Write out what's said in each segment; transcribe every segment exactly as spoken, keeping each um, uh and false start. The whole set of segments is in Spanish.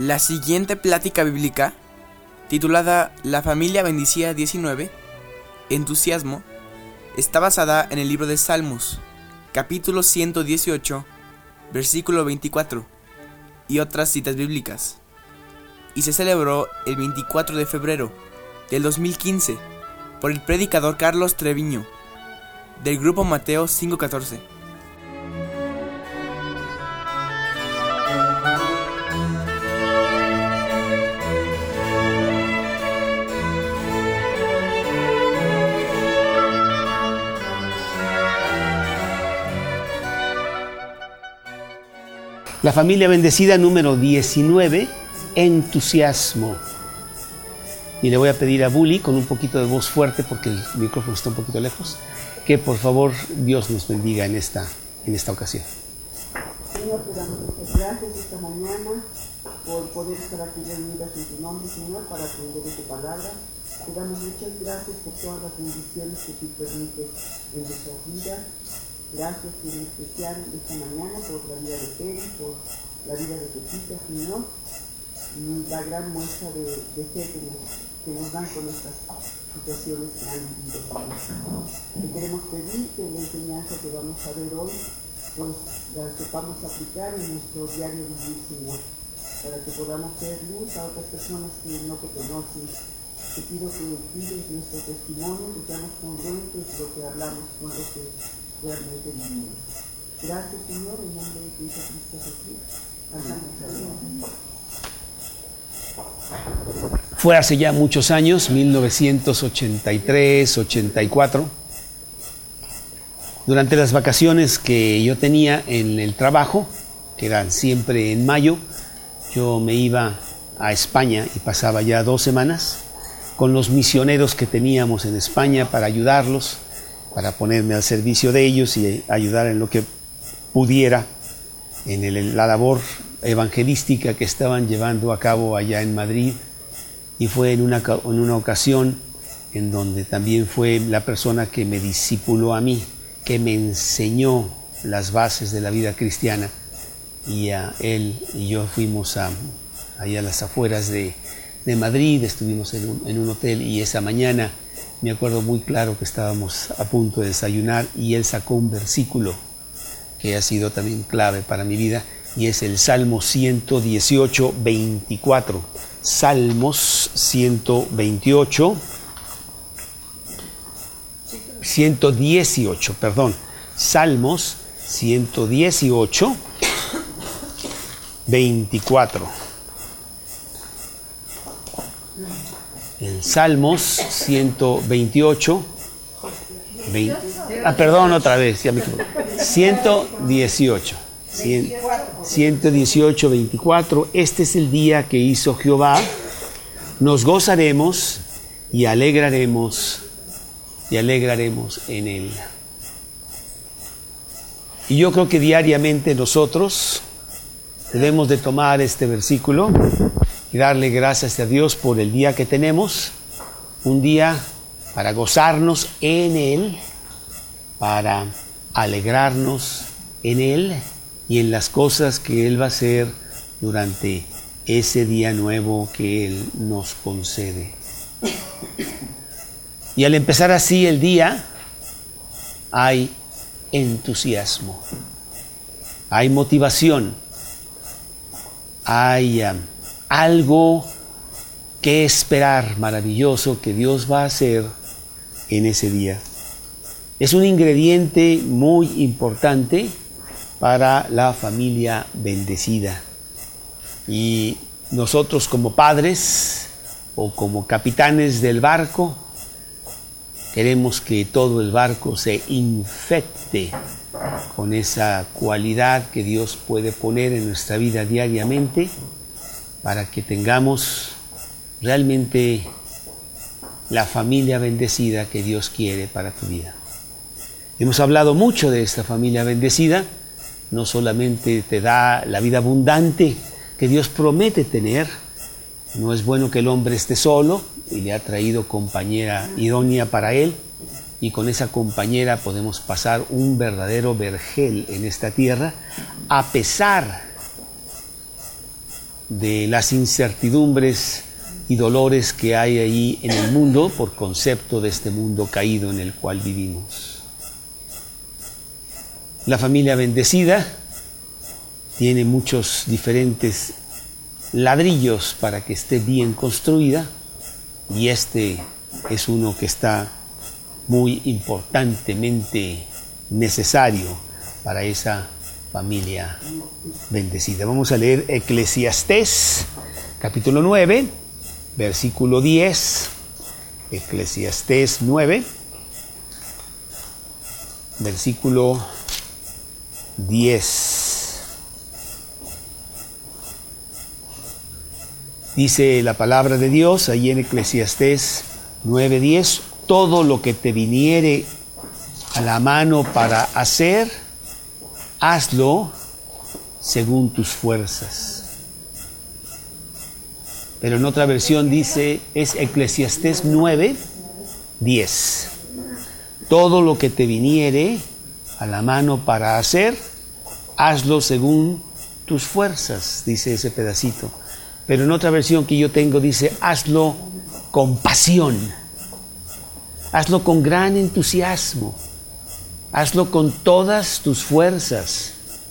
La siguiente plática bíblica, titulada La familia bendecida diecinueve, Entusiasmo, está basada en el libro de Salmos, capítulo ciento dieciocho, versículo veinticuatro, y otras citas bíblicas, y se celebró el veinticuatro de febrero del dos mil quince por el predicador Carlos Treviño, del grupo Mateo cinco catorce. La familia bendecida número diecinueve, Entusiasmo. Y le voy a pedir a Bully, con un poquito de voz fuerte, porque el micrófono está un poquito lejos, que por favor Dios nos bendiga en esta, en esta ocasión. Señor, te damos muchas gracias esta mañana por poder estar aquí reunidas en tu nombre, Señor, para aprender de tu palabra. Te damos muchas gracias por todas las bendiciones que tú permites en nuestras vidas. Gracias en especial esta mañana por la vida de Peri, por la vida de Pepita, Señor, y la gran muestra de, de fe que nos, que nos dan con estas situaciones que han vivido. Te queremos pedir que la enseñanza que vamos a ver hoy, pues la sepamos aplicar en nuestro diario vivir, Señor, para que podamos ser luz a otras personas que no te conocen. Te pido que cuides nuestro testimonio, que seamos congruentes de lo que hablamos con lo que realmente vivimos. Gracias, Señor, en nombre de Jesucristo Jesús. Amén. Fue hace ya muchos años, mil novecientos ochenta y tres, ochenta y cuatro, durante las vacaciones que yo tenía en el trabajo, que eran siempre en mayo, yo me iba a España y pasaba ya dos semanas con los misioneros que teníamos en España para ayudarlos, para ponerme al servicio de ellos y ayudar en lo que pudiera en el, la labor evangelística que estaban llevando a cabo allá en Madrid. Y fue en una, en una ocasión en donde también fue la persona que me discipuló a mí, que me enseñó las bases de la vida cristiana. Y a él y yo fuimos a, allá a las afueras de, de Madrid, estuvimos en un, en un hotel, y esa mañana me acuerdo muy claro que estábamos a punto de desayunar y él sacó un versículo que ha sido también clave para mi vida, y es el Salmo ciento dieciocho, veinticuatro. Salmos ciento veintiocho, ciento dieciocho, perdón. Salmos ciento dieciocho, veinticuatro. El Salmos ciento veintiocho, veinte, ah, perdón, otra vez, ya me equivoqué. ciento dieciocho, ciento dieciocho, veinticuatro. Este es el día que hizo Jehová, nos gozaremos y alegraremos, y alegraremos en él. Y yo creo que diariamente nosotros debemos de tomar este versículo y darle gracias a Dios por el día que tenemos, un día para gozarnos en él, para alegrarnos en él y en las cosas que él va a hacer durante ese día nuevo que él nos concede. Y al empezar así el día, hay entusiasmo, hay motivación, hay um, algo que esperar maravilloso que Dios va a hacer en ese día. Es un ingrediente muy importante para la familia bendecida. Y nosotros como padres o como capitanes del barco, queremos que todo el barco se infecte con esa cualidad que Dios puede poner en nuestra vida diariamente para que tengamos realmente la familia bendecida que Dios quiere para tu vida. Hemos hablado mucho de esta familia bendecida. No solamente te da la vida abundante que Dios promete tener, no es bueno que el hombre esté solo, y le ha traído compañera idónea para él, y con esa compañera podemos pasar un verdadero vergel en esta tierra, a pesar de las incertidumbres y dolores que hay ahí en el mundo por concepto de este mundo caído en el cual vivimos. La familia bendecida tiene muchos diferentes ladrillos para que esté bien construida, y este es uno que está muy importantemente necesario para esa familia bendecida. Vamos a leer Eclesiastés, capítulo nueve, versículo diez. Eclesiastés nueve, versículo diez. Dice la palabra de Dios ahí en Eclesiastés nueve diez: todo lo que te viniere a la mano para hacer, hazlo según tus fuerzas. Pero en otra versión dice, es Eclesiastés nueve diez: todo lo que te viniere a la mano para hacer, hazlo según tus fuerzas, dice ese pedacito. Pero en otra versión que yo tengo dice, hazlo con pasión, hazlo con gran entusiasmo, hazlo con todas tus fuerzas,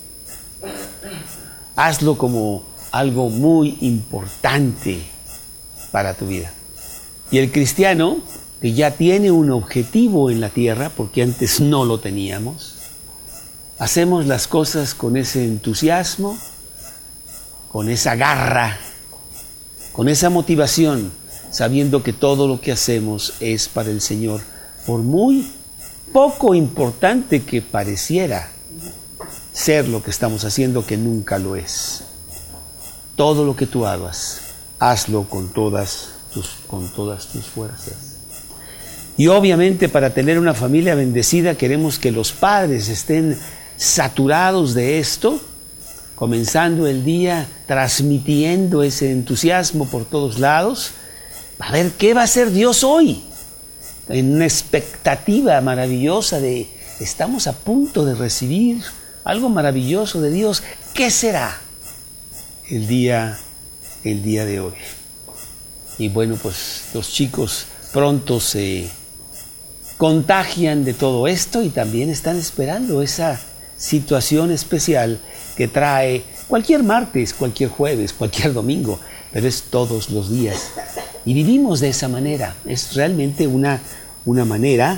hazlo como algo muy importante para tu vida. Y el cristiano, que ya tiene un objetivo en la tierra, porque antes no lo teníamos, hacemos las cosas con ese entusiasmo, con esa garra, con esa motivación, sabiendo que todo lo que hacemos es para el Señor, por muy poco importante que pareciera ser lo que estamos haciendo, que nunca lo es. Todo lo que tú hagas, hazlo con todas tus, con todas tus fuerzas. Y obviamente para tener una familia bendecida queremos que los padres estén saturados de esto, comenzando el día transmitiendo ese entusiasmo por todos lados, a ver qué va a hacer Dios hoy, en una expectativa maravillosa de estamos a punto de recibir algo maravilloso de Dios. ¿Qué será el día, el día de hoy? Y bueno, pues los chicos pronto se contagian de todo esto y también están esperando esa situación especial que trae cualquier martes, cualquier jueves, cualquier domingo, pero es todos los días. Y vivimos de esa manera. Es realmente una, una manera,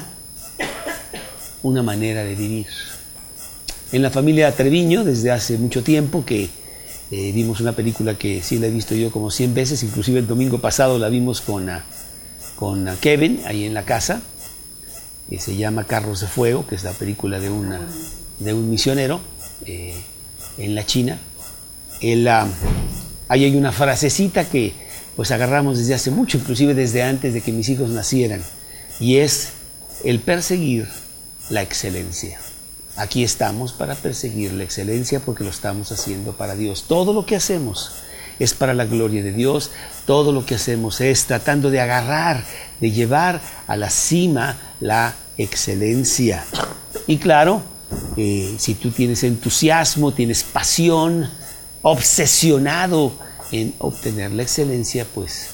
una manera de vivir. En la familia Treviño, desde hace mucho tiempo que eh, vimos una película que sí la he visto yo como cien veces, inclusive el domingo pasado la vimos con, uh, con uh, Kevin, ahí en la casa, que se llama Carros de Fuego, que es la película de, una, de un misionero eh, en la China. El, uh, ahí hay una frasecita que pues agarramos desde hace mucho, inclusive desde antes de que mis hijos nacieran, y es el perseguir la excelencia. Aquí estamos para perseguir la excelencia porque lo estamos haciendo para Dios. Todo lo que hacemos es para la gloria de Dios. Todo lo que hacemos es tratando de agarrar, de llevar a la cima la excelencia. Y claro, eh, si tú tienes entusiasmo, tienes pasión, obsesionado en obtener la excelencia, pues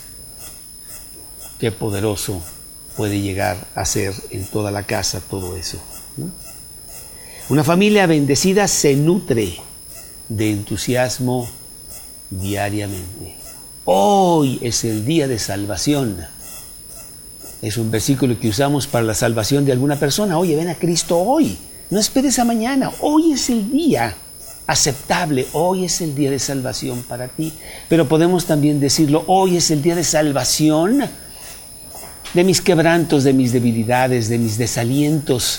qué poderoso puede llegar a ser en toda la casa todo eso, ¿no? Una familia bendecida se nutre de entusiasmo diariamente. Hoy es el día de salvación. Es un versículo que usamos para la salvación de alguna persona. Oye, ven a Cristo hoy. No esperes a mañana. Hoy es el día aceptable. Hoy es el día de salvación para ti. Pero podemos también decirlo, hoy es el día de salvación de mis quebrantos, de mis debilidades, de mis desalientos,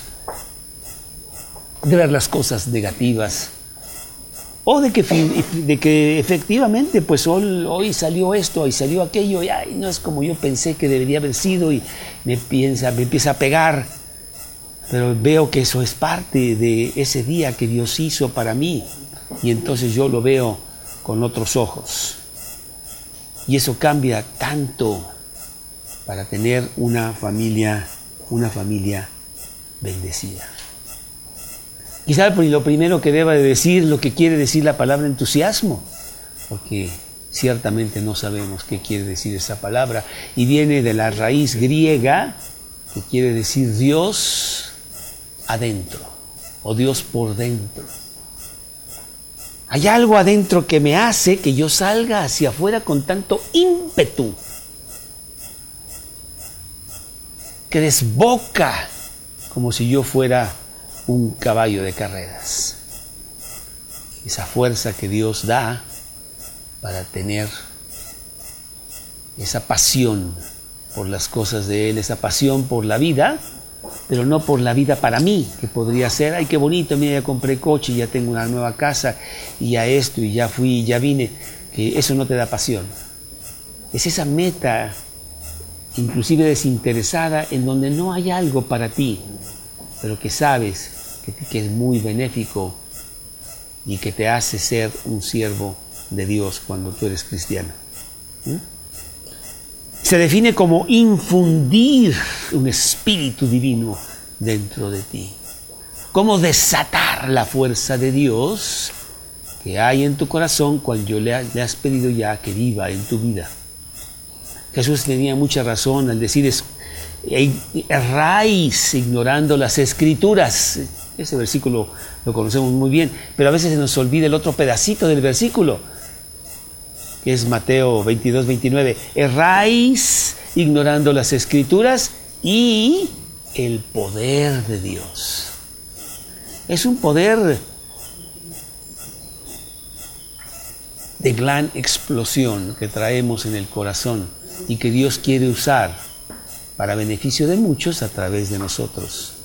de ver las cosas negativas, o de que, de que efectivamente pues hoy, hoy salió esto, hoy salió aquello, y ay, no es como yo pensé que debería haber sido, y me, piensa, me empieza a pegar, pero veo que eso es parte de ese día que Dios hizo para mí, y entonces yo lo veo con otros ojos, y eso cambia tanto para tener una familia, una familia bendecida. Quizá lo primero que deba de decir lo que quiere decir la palabra entusiasmo, porque Ciertamente no sabemos qué quiere decir esa palabra y viene de la raíz griega que quiere decir Dios adentro o Dios por dentro. Hay algo adentro que me hace que yo salga hacia afuera con tanto ímpetu, que desboca como si yo fuera un caballo de carreras. Esa fuerza que Dios da para tener esa pasión por las cosas de Él, esa pasión por la vida, pero no por la vida para mí, que podría ser, ay, qué bonito, mira, ya compré coche, ya tengo una nueva casa, y ya esto, y ya fui, y ya vine, que eso no te da pasión. Es esa meta, inclusive desinteresada, en donde no hay algo para ti, pero que sabes que, que es muy benéfico y que te hace ser un siervo de Dios cuando tú eres cristiano. ¿Mm? Se define como infundir un espíritu divino dentro de ti. Cómo desatar la fuerza de Dios que hay en tu corazón cuando yo le, le has pedido ya que viva en tu vida. Jesús tenía mucha razón al decir es, erráis ignorando las Escrituras. Ese versículo lo conocemos muy bien, pero a veces se nos olvida el otro pedacito del versículo, que es Mateo veintidós, veintinueve. Erráis ignorando las Escrituras y el poder de Dios. Es un poder de gran explosión que traemos en el corazón y que Dios quiere usar para beneficio de muchos a través de nosotros.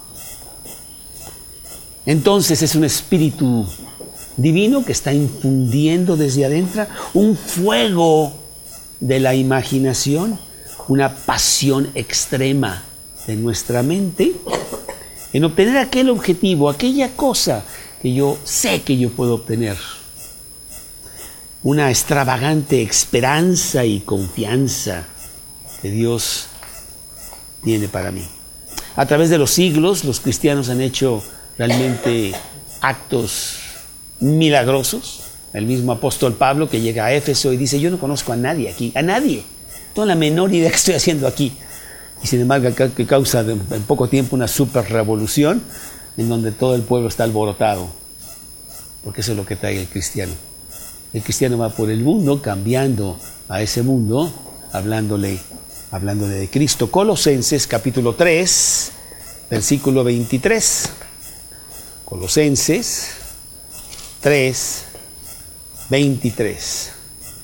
Entonces es un espíritu divino que está infundiendo desde adentro un fuego de la imaginación, una pasión extrema de nuestra mente en obtener aquel objetivo, aquella cosa que yo sé que yo puedo obtener. Una extravagante esperanza y confianza que Dios tiene para mí. A través de los siglos, los cristianos han hecho realmente actos milagrosos. El mismo apóstol Pablo que llega a Éfeso y dice, yo no conozco a nadie aquí, a nadie. No tengo la menor idea que estoy haciendo aquí. Y sin embargo, que causa en poco tiempo una super revolución en donde todo el pueblo está alborotado. Porque eso es lo que trae el cristiano. El cristiano va por el mundo cambiando a ese mundo, hablándole, hablándole de Cristo. Colosenses capítulo tres, versículo veintitrés. Colosenses tres, veintitrés.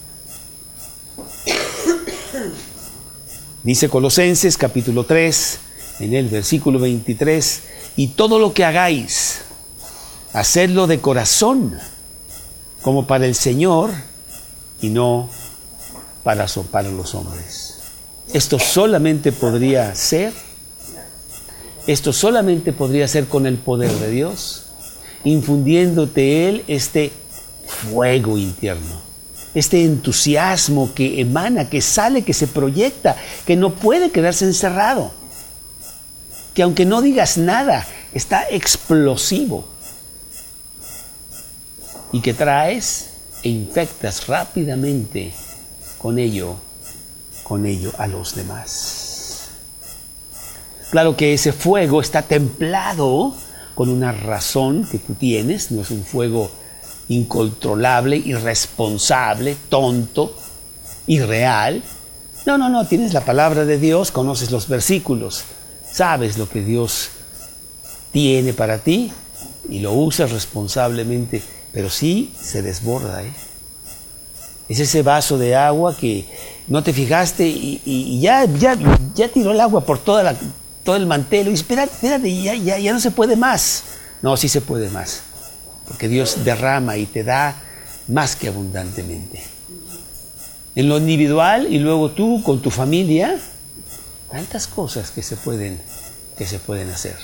Dice Colosenses capítulo tres, en el versículo veintitrés, y todo lo que hagáis, hacedlo de corazón, como para el Señor y no para, para los hombres. Esto solamente podría ser, esto solamente podría ser con el poder de Dios, infundiéndote Él este fuego interno, este entusiasmo que emana, que sale, que se proyecta, que no puede quedarse encerrado, que aunque no digas nada, está explosivo, y que traes e infectas rápidamente con ello, con ello a los demás. Claro que ese fuego está templado con una razón que tú tienes, no es un fuego incontrolable, irresponsable, tonto, irreal. No, no, no, tienes la palabra de Dios, conoces los versículos, sabes lo que Dios tiene para ti y lo usas responsablemente. Pero sí se desborda, ¿eh? Es ese vaso de agua que no te fijaste y, y ya, ya, ya tiró el agua por toda la, todo el mantel. Y espérate, espérate, ya, ya, ya no se puede más. No, sí se puede más. Porque Dios derrama y te da más que abundantemente. En lo individual y luego tú con tu familia, tantas cosas que se pueden, que se pueden hacer.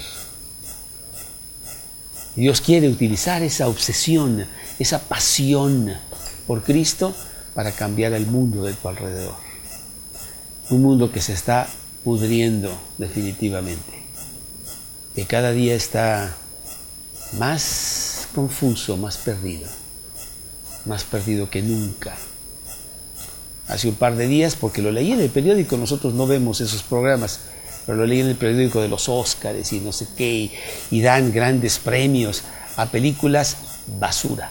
Dios quiere utilizar esa obsesión, esa pasión por Cristo para cambiar el mundo de tu alrededor. Un mundo que se está pudriendo definitivamente, que cada día está más confuso, más perdido, más perdido que nunca. hace un par de días, porque lo leí en el periódico. Nosotros no vemos esos programas, pero lo leí en el periódico de los Óscares y no sé qué, y, y dan grandes premios a películas basura,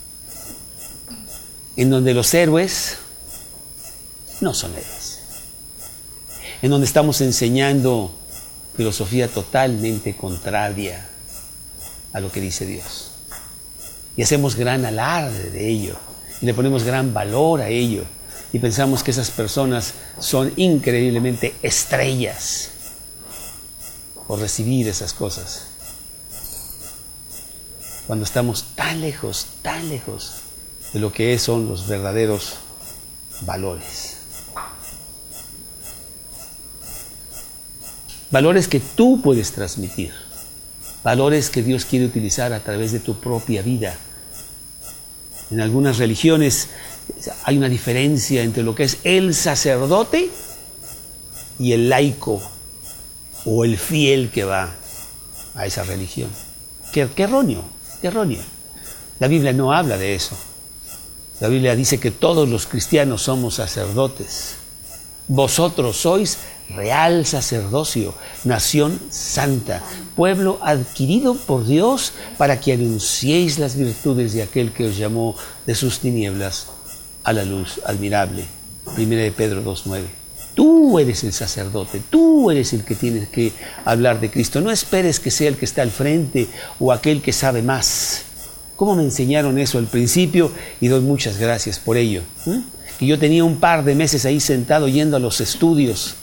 en donde los héroes no son héroes, en donde estamos enseñando filosofía totalmente contraria a lo que dice Dios, y hacemos gran alarde de ello, y le ponemos gran valor a ello, y pensamos que esas personas son increíblemente estrellas por recibir esas cosas, cuando estamos tan lejos, tan lejos de lo que son los verdaderos valores. Valores que tú puedes transmitir, valores que Dios quiere utilizar a través de tu propia vida. En algunas religiones hay una diferencia entre lo que es el sacerdote y el laico o el fiel que va a esa religión. Qué, qué erróneo, qué erróneo. La Biblia no habla de eso. La Biblia dice que todos los cristianos somos sacerdotes. Vosotros sois real sacerdocio, nación santa, pueblo adquirido por Dios para que anunciéis las virtudes de aquel que os llamó de sus tinieblas a la luz admirable. Primera de Pedro dos nueve. Tú eres el sacerdote, tú eres el que tienes que hablar de Cristo. No esperes que sea el que está al frente o aquel que sabe más. ¿Cómo me enseñaron eso al principio? Y doy muchas gracias por ello. ¿Mm? Que yo tenía un par de meses ahí sentado yendo a los estudios.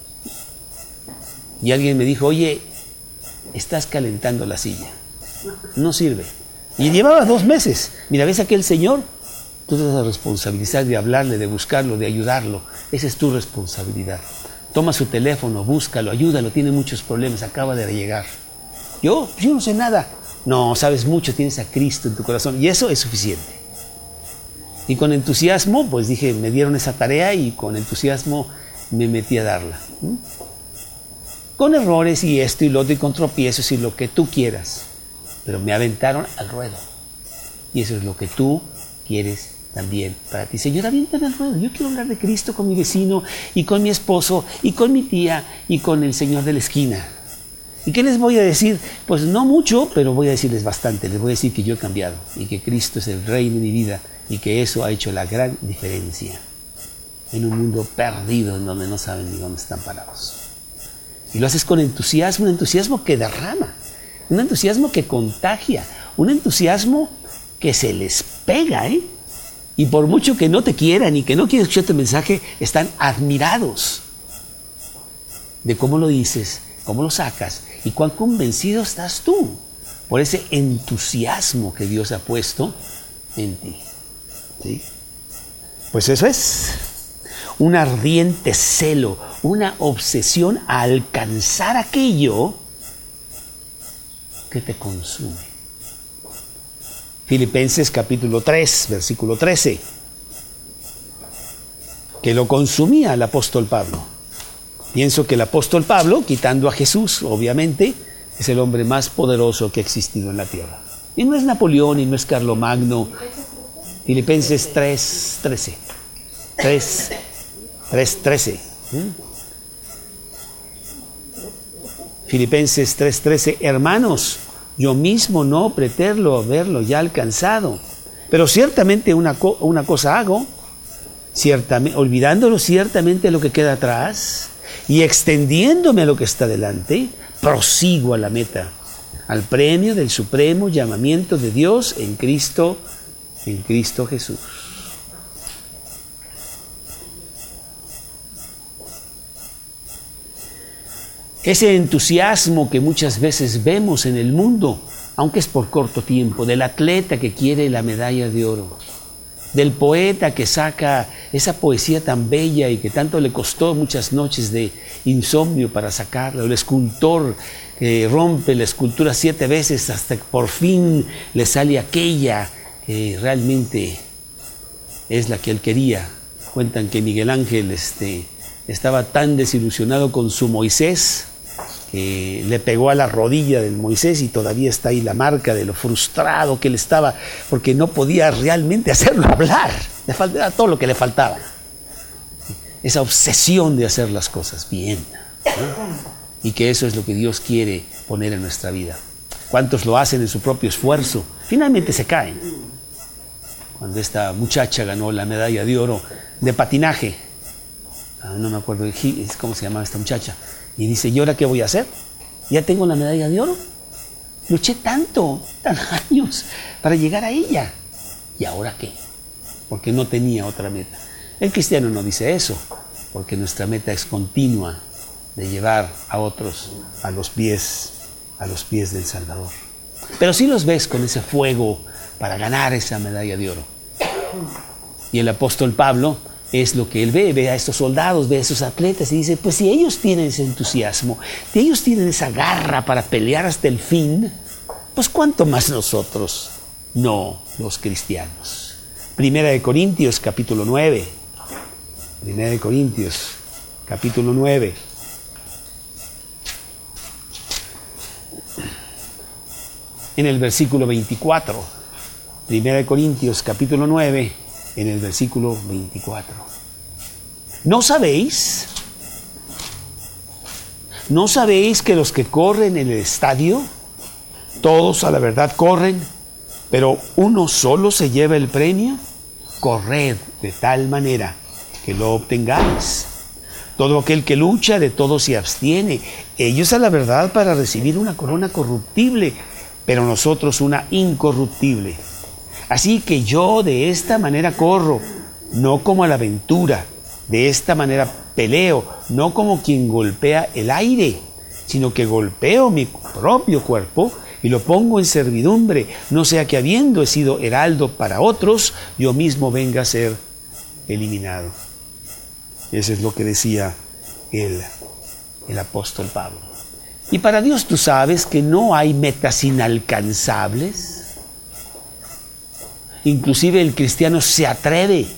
Y alguien me dijo, oye, estás calentando la silla. No sirve. Y llevaba dos meses. Mira, ¿ves a aquel señor? Tú te vas a responsabilizar de hablarle, de buscarlo, de ayudarlo. Esa es tu responsabilidad. Toma su teléfono, búscalo, ayúdalo, tiene muchos problemas, acaba de llegar. Yo, yo no sé nada. No, sabes mucho, tienes a Cristo en tu corazón y eso es suficiente. Y con entusiasmo, pues dije, me dieron esa tarea y con entusiasmo me metí a darla. ¿Mm? Con errores y esto y lo otro y con tropiezos y lo que tú quieras. Pero me aventaron al ruedo. Y eso es lo que tú quieres también para ti. Señor, aviéntame al ruedo. Yo quiero hablar de Cristo con mi vecino y con mi esposo y con mi tía y con el señor de la esquina. ¿Y qué les voy a decir? Pues no mucho, pero voy a decirles bastante. Les voy a decir que yo he cambiado y que Cristo es el Rey de mi vida y que eso ha hecho la gran diferencia en un mundo perdido en donde no saben ni dónde están parados. Y lo haces con entusiasmo, un entusiasmo que derrama, un entusiasmo que contagia, un entusiasmo que se les pega, ¿eh? Y por mucho que no te quieran y que no quieran escuchar tu mensaje, están admirados de cómo lo dices, cómo lo sacas y cuán convencido estás tú por ese entusiasmo que Dios ha puesto en ti. ¿Sí? Pues eso es un ardiente celo, una obsesión a alcanzar aquello que te consume. Filipenses capítulo tres, versículo trece, que lo consumía el apóstol Pablo. Pienso que el apóstol Pablo, quitando a Jesús, obviamente, es el hombre más poderoso que ha existido en la tierra. Y no es Napoleón, y no es Carlomagno. Filipenses tres, trece. tres, trece. ¿Mm? Filipenses tres, trece. Hermanos, yo mismo no pretendo haberlo ya alcanzado, pero ciertamente una, co una cosa hago, ciertamente, olvidándolo ciertamente lo que queda atrás y extendiéndome a lo que está delante, prosigo a la meta, al premio del supremo llamamiento de Dios en Cristo, en Cristo Jesús. Ese entusiasmo que muchas veces vemos en el mundo, aunque es por corto tiempo, del atleta que quiere la medalla de oro, del poeta que saca esa poesía tan bella y que tanto le costó muchas noches de insomnio para sacarla, el escultor que rompe la escultura siete veces hasta que por fin le sale aquella que realmente es la que él quería. Cuentan que Miguel Ángel este, estaba tan desilusionado con su Moisés que le pegó a la rodilla del Moisés y todavía está ahí la marca de lo frustrado que él estaba porque no podía realmente hacerlo hablar. Le faltaba todo lo que le faltaba. esa obsesión de hacer las cosas bien, ¿no? Y que eso es lo que Dios quiere poner en nuestra vida. ¿Cuántos lo hacen en su propio esfuerzo? Finalmente se caen. Cuando esta muchacha ganó la medalla de oro de patinaje, ah, no me acuerdo cómo se llamaba esta muchacha, y dice, ¿y ahora qué voy a hacer? Ya tengo la medalla de oro. Luché tanto, tan años para llegar a ella. ¿Y ahora qué? Porque no tenía otra meta. El cristiano no dice eso, porque nuestra meta es continua de llevar a otros a los pies, a los pies del Salvador. Pero sí los ves con ese fuego para ganar esa medalla de oro. Y el apóstol Pablo es lo que él ve, ve a estos soldados, ve a esos atletas y dice, pues si ellos tienen ese entusiasmo, si ellos tienen esa garra para pelear hasta el fin, pues cuánto más nosotros, no los cristianos. Primera de Corintios, capítulo nueve. Primera de Corintios, capítulo nueve. En el versículo veinticuatro. Primera de Corintios, capítulo nueve, en el versículo veinticuatro. ¿No sabéis? ¿No sabéis que los que corren en el estadio, todos a la verdad corren, pero uno solo se lleva el premio? Corred de tal manera que lo obtengáis. Todo aquel que lucha, de todo se abstiene. Ellos a la verdad para recibir una corona corruptible, pero nosotros una incorruptible. Así que yo de esta manera corro, no como a la aventura, de esta manera peleo, no como quien golpea el aire, sino que golpeo mi propio cuerpo y lo pongo en servidumbre, no sea que habiendo sido heraldo para otros, yo mismo venga a ser eliminado. Eso es lo que decía el, el apóstol Pablo. Y para Dios tú sabes que no hay metas inalcanzables. Inclusive el cristiano se atreve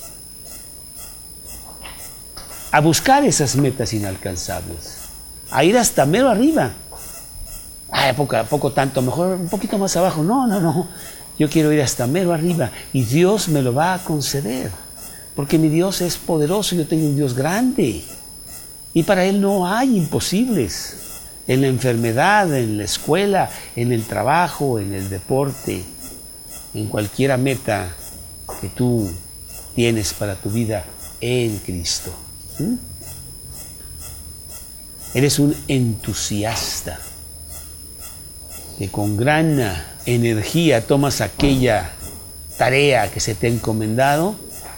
a buscar esas metas inalcanzables, a ir hasta mero arriba. Ay, poco, poco tanto, mejor un poquito más abajo. No, no, no. Yo quiero ir hasta mero arriba y Dios me lo va a conceder. Porque mi Dios es poderoso, yo tengo un Dios grande. Y para Él no hay imposibles. En la enfermedad, en la escuela, en el trabajo, en el deporte, en cualquier meta que tú tienes para tu vida en Cristo. ¿Mm? Eres un entusiasta que con gran energía tomas aquella tarea que se te ha encomendado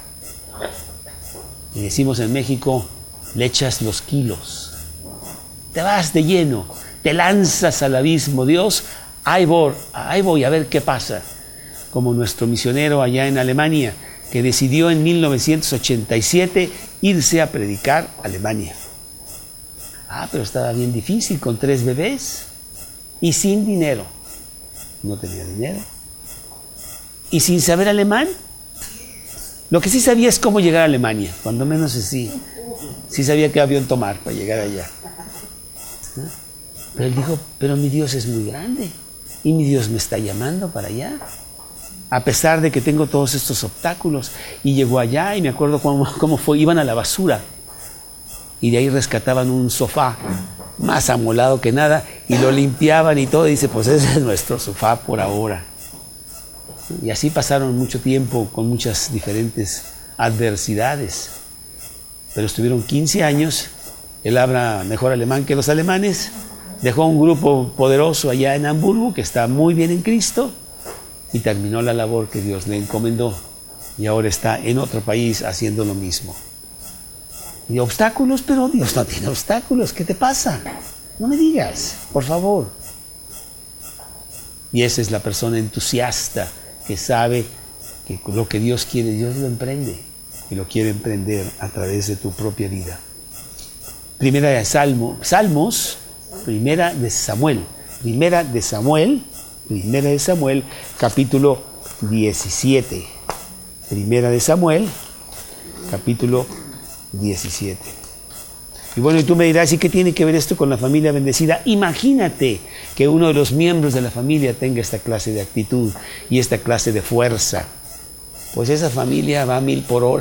y decimos en México, le echas los kilos, te vas de lleno, te lanzas al abismo. Dios, ahí voy, ahí voy a ver qué pasa. Como nuestro misionero allá en Alemania, que decidió en mil novecientos ochenta y siete irse a predicar a Alemania. Ah, pero estaba bien difícil, con tres bebés y sin dinero. No tenía dinero. Y sin saber alemán. Lo que sí sabía es cómo llegar a Alemania, cuando menos sí. Sí sabía qué avión tomar para llegar allá. ¿No? Pero él dijo, pero mi Dios es muy grande y mi Dios me está llamando para allá. A pesar de que tengo todos estos obstáculos. Y llegó allá y me acuerdo cómo, cómo fue, iban a la basura. Y de ahí rescataban un sofá más amolado que nada y lo limpiaban y todo. Y dice, pues ese es nuestro sofá por ahora. Y así pasaron mucho tiempo con muchas diferentes adversidades. Pero estuvieron quince años. Él habla mejor alemán que los alemanes. Dejó un grupo poderoso allá en Hamburgo que está muy bien en Cristo. Y terminó la labor que Dios le encomendó. Y ahora está en otro país haciendo lo mismo. Y obstáculos, pero Dios no tiene obstáculos. ¿Qué te pasa? No me digas, por favor. Y esa es la persona entusiasta que sabe que lo que Dios quiere, Dios lo emprende. Y lo quiere emprender a través de tu propia vida. Primera de Salmo, Salmos, primera de Samuel. Primera de Samuel, primera de Samuel, capítulo diecisiete. Primera de Samuel, capítulo diecisiete. Y bueno, y tú me dirás, ¿y qué tiene que ver esto con la familia bendecida? Imagínate que uno de los miembros de la familia tenga esta clase de actitud y esta clase de fuerza. Pues esa familia va a mil por hora.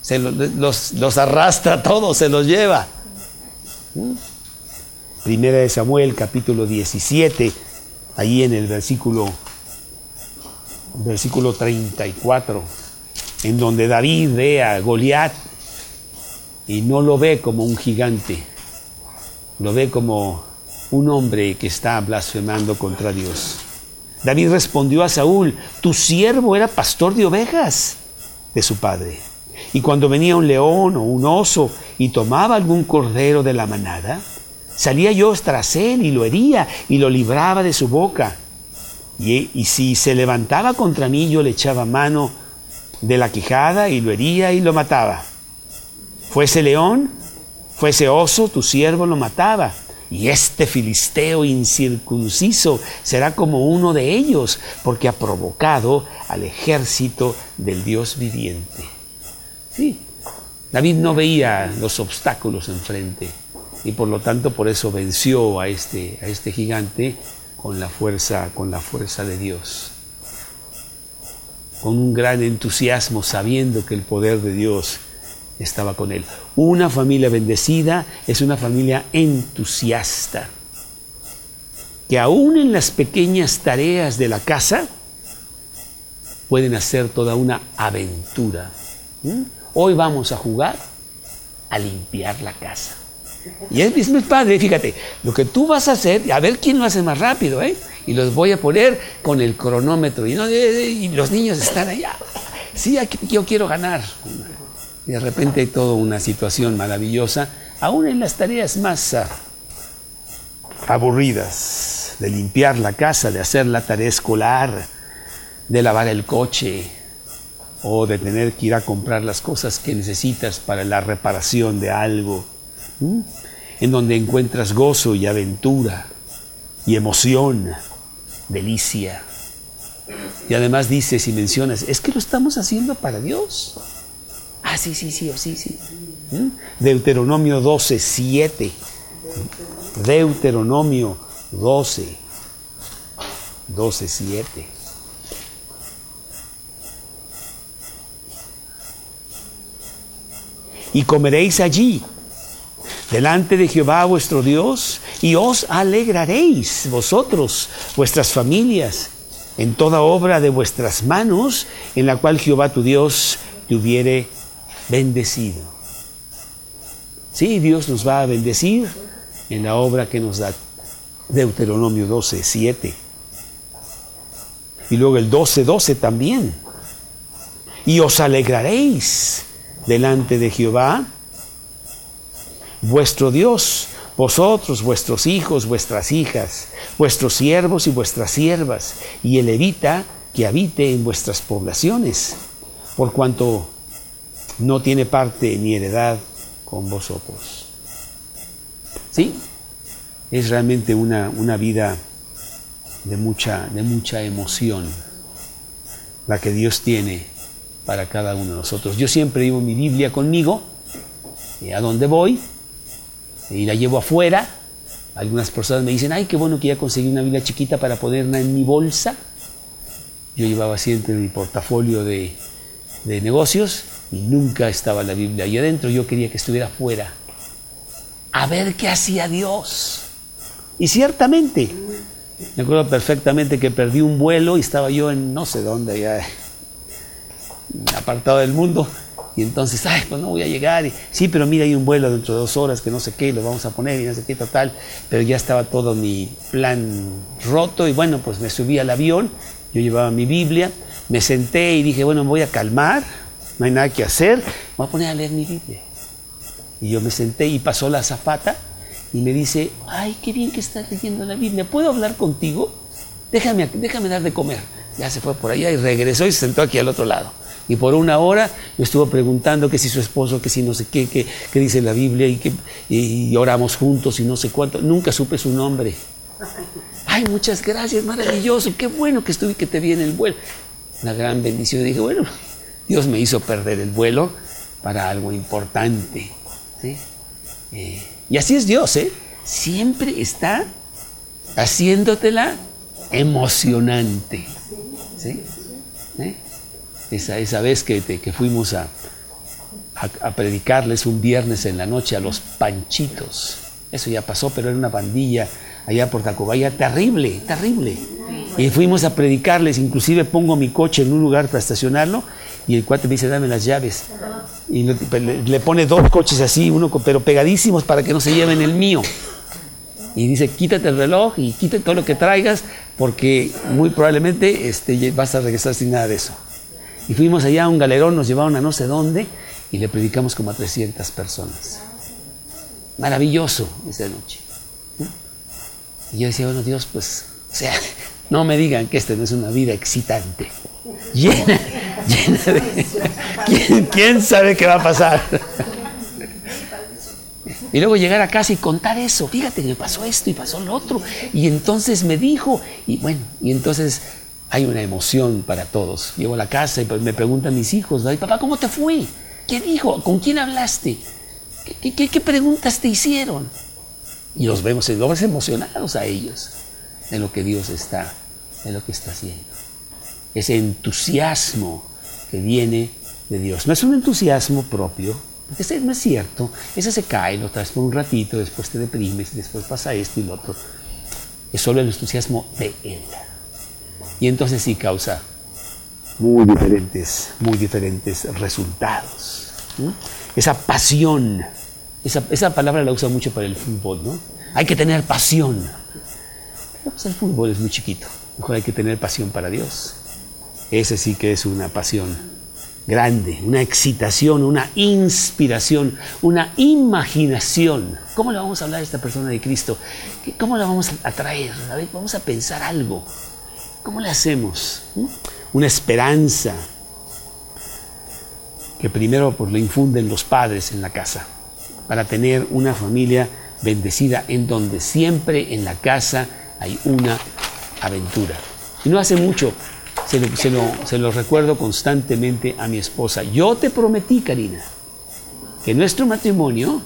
Se los, los, los arrastra todos, se los lleva. ¿Mm? Primera de Samuel, capítulo diecisiete, ahí en el versículo, versículo treinta y cuatro, en donde David ve a Goliat y no lo ve como un gigante, lo ve como un hombre que está blasfemando contra Dios. David respondió a Saúl: tu siervo era pastor de ovejas de su padre, y cuando venía un león o un oso y tomaba algún cordero de la manada, salía yo tras él y lo hería y lo libraba de su boca. Y, y si se levantaba contra mí, yo le echaba mano de la quijada y lo hería y lo mataba. Fuese león, fuese oso, tu siervo lo mataba. Y este filisteo incircunciso será como uno de ellos, porque ha provocado al ejército del Dios viviente. Sí, David no veía los obstáculos enfrente y por lo tanto por eso venció a este, a este gigante con la fuerza, con la fuerza de Dios. Con un gran entusiasmo, sabiendo que el poder de Dios estaba con él. Una familia bendecida es una familia entusiasta, que aún en las pequeñas tareas de la casa pueden hacer toda una aventura. ¿Mm? Hoy vamos a jugar a limpiar la casa. Y es muy padre, fíjate, lo que tú vas a hacer, a ver quién lo hace más rápido, ¿eh? Y los voy a poner con el cronómetro. Y, no, y los niños están allá. Sí, aquí, yo quiero ganar. Y de repente hay toda una situación maravillosa, aún en las tareas más uh, aburridas, de limpiar la casa, de hacer la tarea escolar, de lavar el coche, o de tener que ir a comprar las cosas que necesitas para la reparación de algo, ¿Mm? en donde encuentras gozo y aventura y emoción, delicia. Y además dices y mencionas, es que lo estamos haciendo para Dios. Ah, sí, sí, sí, sí, sí. ¿Mm? Deuteronomio doce, siete. Deuteronomio doce, doce, siete. Y comeréis allí, delante de Jehová vuestro Dios, y os alegraréis vosotros, vuestras familias, en toda obra de vuestras manos, en la cual Jehová tu Dios te hubiere bendecido. Sí, Dios nos va a bendecir en la obra que nos da. Deuteronomio doce, siete. Y luego el doce, doce también. Y os alegraréis delante de Jehová vuestro Dios, vosotros, vuestros hijos, vuestras hijas, vuestros siervos y vuestras siervas, y el levita que habite en vuestras poblaciones, por cuanto no tiene parte ni heredad con vosotros. ¿Sí? Es realmente una, una vida de mucha, de mucha emoción la que Dios tiene para cada uno de nosotros. Yo siempre llevo mi Biblia conmigo, y a donde voy, y la llevo afuera. Algunas personas me dicen, ay, qué bueno que ya conseguí una Biblia chiquita para ponerla en mi bolsa. Yo llevaba siempre mi portafolio de, de negocios y nunca estaba la Biblia ahí adentro. Yo quería que estuviera afuera, a ver qué hacía Dios. Y ciertamente, me acuerdo perfectamente que perdí un vuelo y estaba yo en no sé dónde, ya apartado del mundo, y entonces, ay, pues no voy a llegar, y, sí, pero mira, hay un vuelo dentro de dos horas que no sé qué, lo vamos a poner y no sé qué, total, pero ya estaba todo mi plan roto, y bueno, pues me subí al avión, yo llevaba mi Biblia, me senté y dije, bueno, me voy a calmar, no hay nada que hacer, me voy a poner a leer mi Biblia. Y yo me senté y pasó la azafata y me dice, ay, qué bien que estás leyendo la Biblia, ¿puedo hablar contigo? Déjame, déjame dar de comer. Ya se fue por allá y regresó y se sentó aquí al otro lado. Y por una hora me estuvo preguntando que si su esposo, que si no sé qué, que, que dice la Biblia, y que y, y oramos juntos y no sé cuánto. Nunca supe su nombre. Ay, muchas gracias, maravilloso, qué bueno que estuve y que te vi en el vuelo. Una gran bendición. Y dije, bueno, Dios me hizo perder el vuelo para algo importante, ¿sí? Eh, y así es Dios, ¿eh? Siempre está haciéndotela emocionante, ¿sí? ¿Eh? Esa, esa vez que, te, que fuimos a, a, a predicarles un viernes en la noche a los Panchitos. Eso ya pasó, pero era una pandilla allá por Tacubaya, terrible, terrible. Y fuimos a predicarles, inclusive pongo mi coche en un lugar para estacionarlo y el cuate me dice, dame las llaves. Y le, le pone dos coches así, uno pero pegadísimos para que no se lleven el mío. Y dice, quítate el reloj y quítate todo lo que traigas porque muy probablemente este, vas a regresar sin nada de eso. Y fuimos allá a un galerón, nos llevaron a no sé dónde y le predicamos como a trescientas personas. Maravilloso esa noche. Y yo decía, bueno, Dios, pues, o sea, no me digan que esta no es una vida excitante. Llena, llena de... ¿Quién, quién sabe qué va a pasar? Y luego llegar a casa y contar eso. Fíjate que me pasó esto y pasó lo otro. Y entonces me dijo, y bueno, y entonces hay una emoción para todos. Llego a la casa y me preguntan mis hijos, ay, papá, ¿cómo te fue? ¿Qué dijo? ¿Con quién hablaste? ¿Qué, qué, qué preguntas te hicieron? Y los vemos, los vemos emocionados a ellos de lo que Dios está, de lo que está haciendo. Ese entusiasmo que viene de Dios. No es un entusiasmo propio, porque ese no es cierto. Ese se cae, lo traes por un ratito, después te deprimes, después pasa esto y lo otro. Es solo el entusiasmo de Él. Y entonces sí causa muy diferentes, muy diferentes resultados. ¿No? Esa pasión, esa, esa palabra la usa mucho para el fútbol, ¿no? Hay que tener pasión. Pero pues el fútbol es muy chiquito, mejor hay que tener pasión para Dios. Ese sí que es una pasión grande, una excitación, una inspiración, una imaginación. ¿Cómo le vamos a hablar a esta persona de Cristo? ¿Cómo la vamos a traer? A ver, vamos a pensar algo. ¿Cómo le hacemos? ¿Mm? Una esperanza que primero pues, lo infunden los padres en la casa, para tener una familia bendecida en donde siempre en la casa hay una aventura. Y no hace mucho, se lo, se lo, se lo recuerdo constantemente a mi esposa. Yo te prometí, Karina, que nuestro matrimonio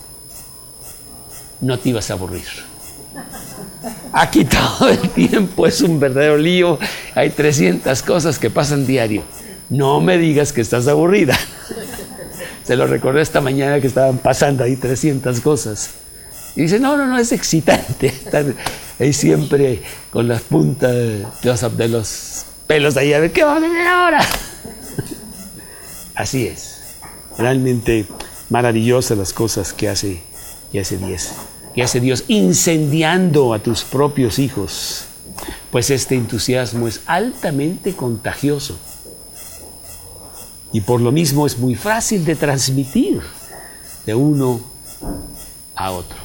no te ibas a aburrir. Aquí todo el tiempo es un verdadero lío, hay trescientas cosas que pasan diario. No me digas que estás aburrida. Se lo recordé esta mañana que estaban pasando ahí trescientas cosas. Y dice, no, no, no, es excitante. Estar ahí siempre con las puntas de los, de los pelos ahí. A ver, ¿qué vamos a hacer ahora? Así es. Realmente maravillosas las cosas que hace, que hace Dios. Que hace Dios incendiando a tus propios hijos. Pues este entusiasmo es altamente contagioso. Y por lo mismo es muy fácil de transmitir de uno a otro.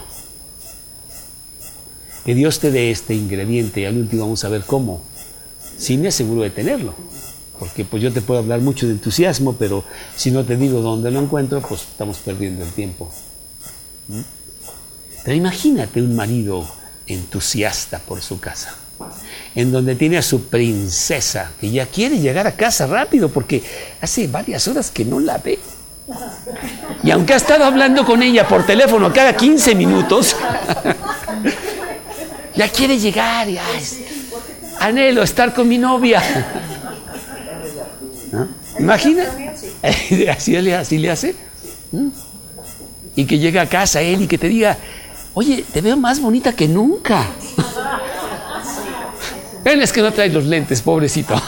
Que Dios te dé este ingrediente y al último vamos a ver cómo. Sí me aseguro de tenerlo. Porque pues yo te puedo hablar mucho de entusiasmo, pero si no te digo dónde lo encuentro, pues estamos perdiendo el tiempo. ¿Mm? Pero imagínate un marido entusiasta por su casa, en donde tiene a su princesa, que ya quiere llegar a casa rápido porque hace varias horas que no la ve. Y aunque ha estado hablando con ella por teléfono cada quince minutos, ya quiere llegar y ay, anhelo estar con mi novia. ¿No? Imagina, así le, así le hace. ¿Mm? Y que llegue a casa él y que te diga, oye, te veo más bonita que nunca. Él es que no trae los lentes, pobrecito.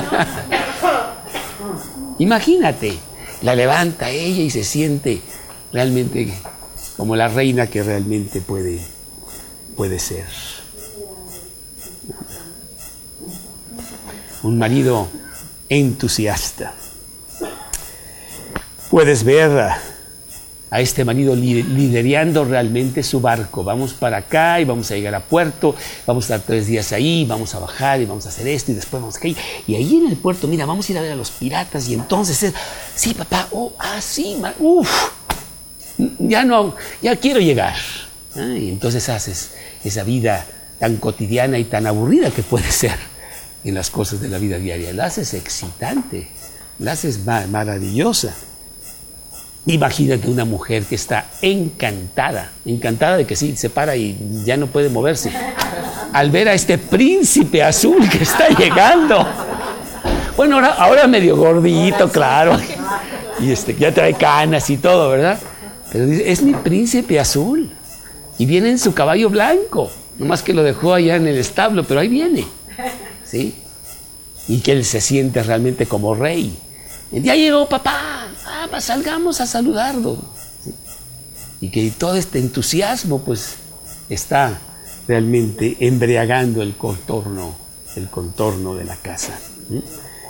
Imagínate, la levanta ella y se siente realmente como la reina que realmente puede, puede ser. Un marido entusiasta. Puedes ver a, a este marido li, liderando realmente su barco. Vamos para acá y vamos a llegar a puerto, vamos a estar tres días ahí, vamos a bajar y vamos a hacer esto y después vamos a caer. Y ahí en el puerto, mira, vamos a ir a ver a los piratas y entonces es, sí, papá, oh, ah, sí, uff, ya no, ya quiero llegar. ¿Ah? Y entonces haces esa vida tan cotidiana y tan aburrida que puede ser en las cosas de la vida diaria. La haces excitante, la haces ma- maravillosa. Imagínate una mujer que está encantada, encantada de que sí, se para y ya no puede moverse, al ver a este príncipe azul que está llegando. Bueno, ahora, ahora medio gordito, claro. Y este, ya trae canas y todo, ¿verdad? Pero dice, es mi príncipe azul. Y viene en su caballo blanco. Nomás que lo dejó allá en el establo, pero ahí viene. ¿Sí? Y que él se siente realmente como rey. Ya llegó papá, ah, pues salgamos a saludarlo. ¿Sí? Y que todo este entusiasmo pues está realmente embriagando el contorno, el contorno de la casa. ¿Sí?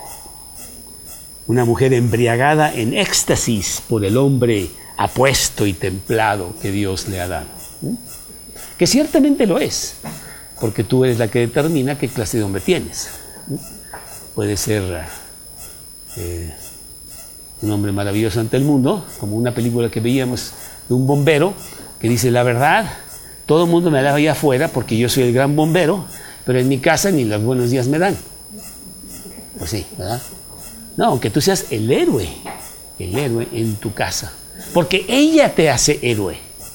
Una mujer embriagada en éxtasis por el hombre apuesto y templado que Dios le ha dado. ¿Sí? Que ciertamente lo es, porque tú eres la que determina qué clase de hombre tienes. ¿Sí? Puede ser eh, un hombre maravilloso ante el mundo, como una película que veíamos de un bombero que dice, la verdad, todo el mundo me alaba allá afuera porque yo soy el gran bombero, pero en mi casa ni los buenos días me dan. Pues sí, ¿verdad? No, aunque tú seas el héroe, el héroe en tu casa, porque ella te hace héroe.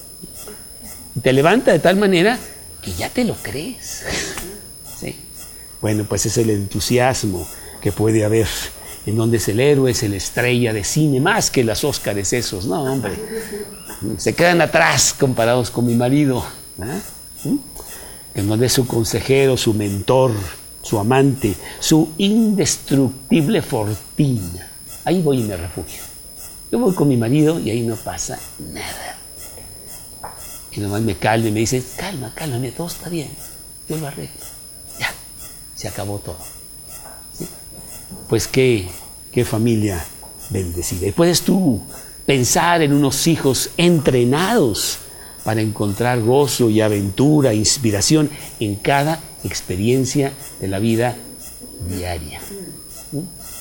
Y te levanta de tal manera que ya te lo crees. ¿Sí? Bueno, pues es el entusiasmo que puede haber en donde es el héroe, es el estrella de cine, más que las Óscares esos. No, hombre, se quedan atrás comparados con mi marido, ¿eh? En donde es su consejero, su mentor, su amante, su indestructible fortín. Ahí voy y me refugio. Yo voy con mi marido y ahí no pasa nada. Y nomás me calma y me dice, calma, calma, mira, todo está bien, yo lo arreglo. Ya, se acabó todo. ¿Sí? Pues qué, qué familia bendecida. Y puedes tú pensar en unos hijos entrenados para encontrar gozo y aventura, inspiración en cada experiencia de la vida diaria. ¿Sí?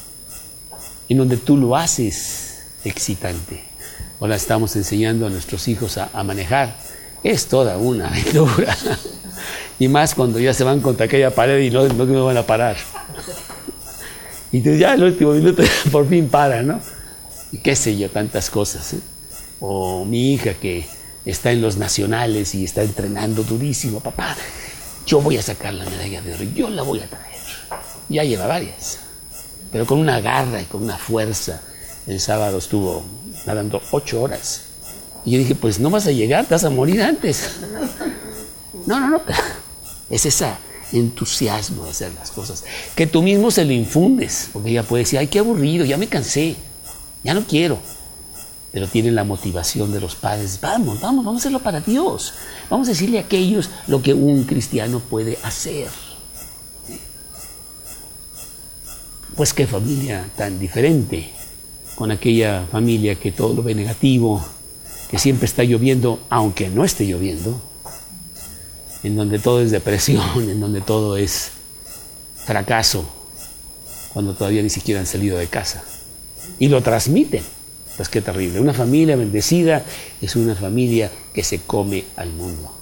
En donde tú lo haces excitante. Ahora estamos enseñando a nuestros hijos a, a manejar. Es toda una aventura. Y más cuando ya se van contra aquella pared y no, no, no van a parar. Y entonces ya el último minuto por fin para, ¿no? Y qué sé yo, tantas cosas. ¿eh? O mi hija que está en los nacionales y está entrenando durísimo. Papá, yo voy a sacar la medalla de oro, yo la voy a traer. Ya lleva varias. Pero con una garra y con una fuerza. El sábado estuvo nadando ocho horas. Y yo dije, pues no vas a llegar, te vas a morir antes. No, no, no. Es ese entusiasmo de hacer las cosas. Que tú mismo se lo infundes. Porque ella puede decir, ay, qué aburrido, ya me cansé. Ya no quiero. Pero tienen la motivación de los padres. Vamos, vamos, vamos a hacerlo para Dios. Vamos a decirle a aquellos lo que un cristiano puede hacer. Pues qué familia tan diferente con aquella familia que todo lo ve negativo, que siempre está lloviendo, aunque no esté lloviendo, en donde todo es depresión, en donde todo es fracaso, cuando todavía ni siquiera han salido de casa. Y lo transmiten. Pues qué terrible. Una familia bendecida es una familia que se come al mundo.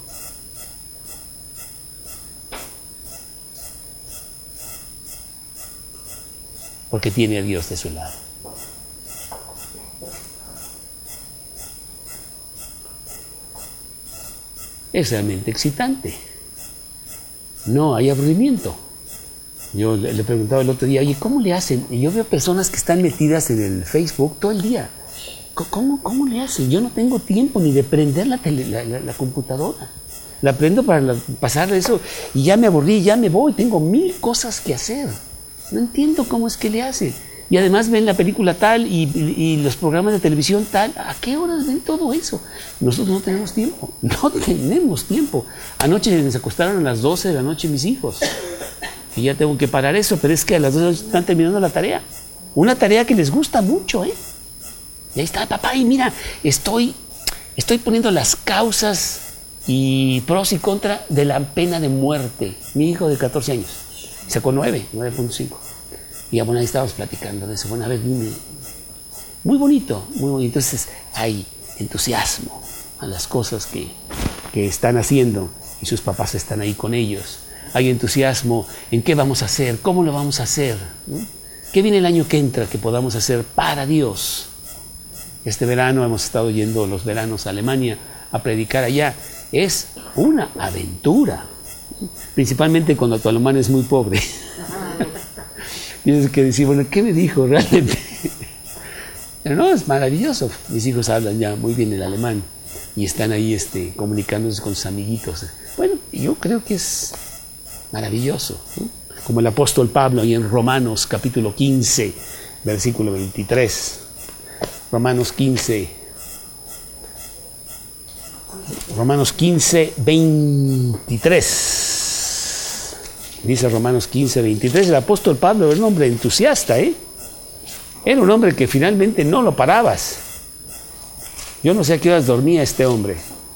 Porque tiene a Dios de su lado. Es realmente excitante. No hay aburrimiento. Yo le, le preguntaba el otro día, oye, ¿cómo le hacen? Y yo veo personas que están metidas en el Facebook todo el día. ¿Cómo, cómo le hacen? Yo no tengo tiempo ni de prender la, tele, la, la, la computadora. La prendo para la, pasar eso y ya me aburrí, ya me voy. Tengo mil cosas que hacer. No entiendo cómo es que le hacen. Y además ven la película tal y, y, y los programas de televisión tal. ¿A qué horas ven todo eso? Nosotros no tenemos tiempo. No tenemos tiempo. Anoche se acostaron a las doce de la noche mis hijos. Y ya tengo que parar eso, pero es que a las doce están terminando la tarea. Una tarea que les gusta mucho, ¿eh? Y ahí está, papá, y mira, estoy, estoy poniendo las causas y pros y contra de la pena de muerte. Mi hijo de catorce años sacó nueve, nueve punto cinco. Y ya, bueno, ahí estábamos platicando de eso. Bueno, a ver, dime. Muy bonito, muy bonito. Entonces hay entusiasmo a las cosas que, que están haciendo y sus papás están ahí con ellos. Hay entusiasmo en qué vamos a hacer, cómo lo vamos a hacer. ¿No? ¿Qué viene el año que entra que podamos hacer para Dios? Este verano hemos estado yendo los veranos a Alemania a predicar allá. Es una aventura, principalmente cuando tu alemán es muy pobre. Tienes que decir, bueno, ¿qué me dijo realmente? Pero no, es maravilloso. Mis hijos hablan ya muy bien el alemán y están ahí este, comunicándose con sus amiguitos. Bueno, yo creo que es maravilloso, ¿no? Como el apóstol Pablo ahí en Romanos capítulo quince, versículo veintitrés. Romanos quince, Romanos quince, veintitrés. Dice Romanos quince, veintitrés. El apóstol Pablo era un hombre entusiasta, ¿eh? Era un hombre que finalmente no lo parabas. Yo no sé a qué horas dormía este hombre.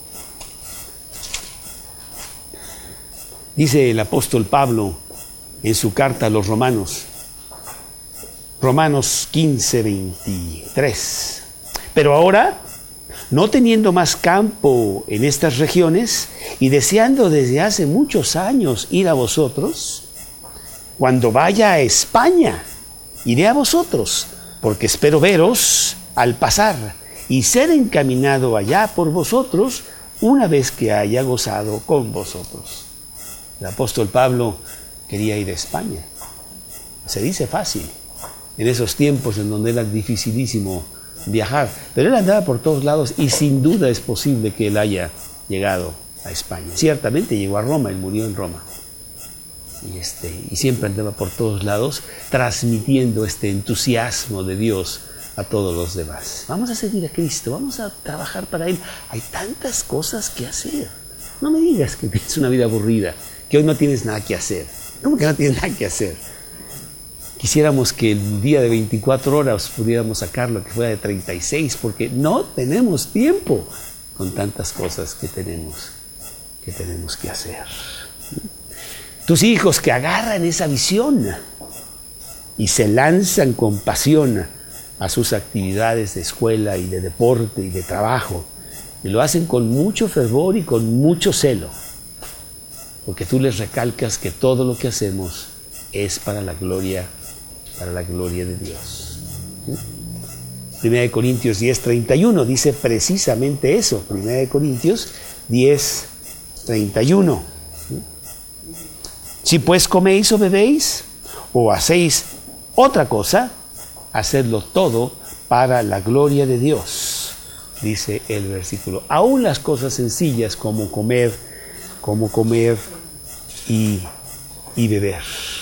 Dice el apóstol Pablo en su carta a los romanos, Romanos quince, veintitrés. Pero ahora, no teniendo más campo en estas regiones y deseando desde hace muchos años ir a vosotros, cuando vaya a España, iré a vosotros, porque espero veros al pasar y ser encaminado allá por vosotros una vez que haya gozado con vosotros. El apóstol Pablo quería ir a España. Se dice fácil en esos tiempos en donde era dificilísimo viajar, pero él andaba por todos lados y sin duda es posible que él haya llegado a España. Ciertamente llegó a Roma, él murió en Roma. Y, este, y siempre andaba por todos lados transmitiendo este entusiasmo de Dios a todos los demás. Vamos a seguir a Cristo, vamos a trabajar para Él. Hay tantas cosas que hacer. No me digas que tienes una vida aburrida, que hoy no tienes nada que hacer. ¿Cómo que no tienes nada que hacer? Quisiéramos que el día de veinticuatro horas pudiéramos sacarlo, que fuera de treinta y seis, porque no tenemos tiempo con tantas cosas que tenemos, que tenemos que hacer. Tus hijos que agarran esa visión y se lanzan con pasión a sus actividades de escuela y de deporte y de trabajo, y lo hacen con mucho fervor y con mucho celo, porque tú les recalcas que todo lo que hacemos es para la gloria, para la gloria de Dios. Primera de Corintios diez, treinta y uno dice precisamente eso. Primera de Corintios diez, treinta y uno. Si pues coméis o bebéis o hacéis otra cosa, hacedlo todo para la gloria de Dios, dice el versículo. Aún las cosas sencillas como comer, como comer y, y beber.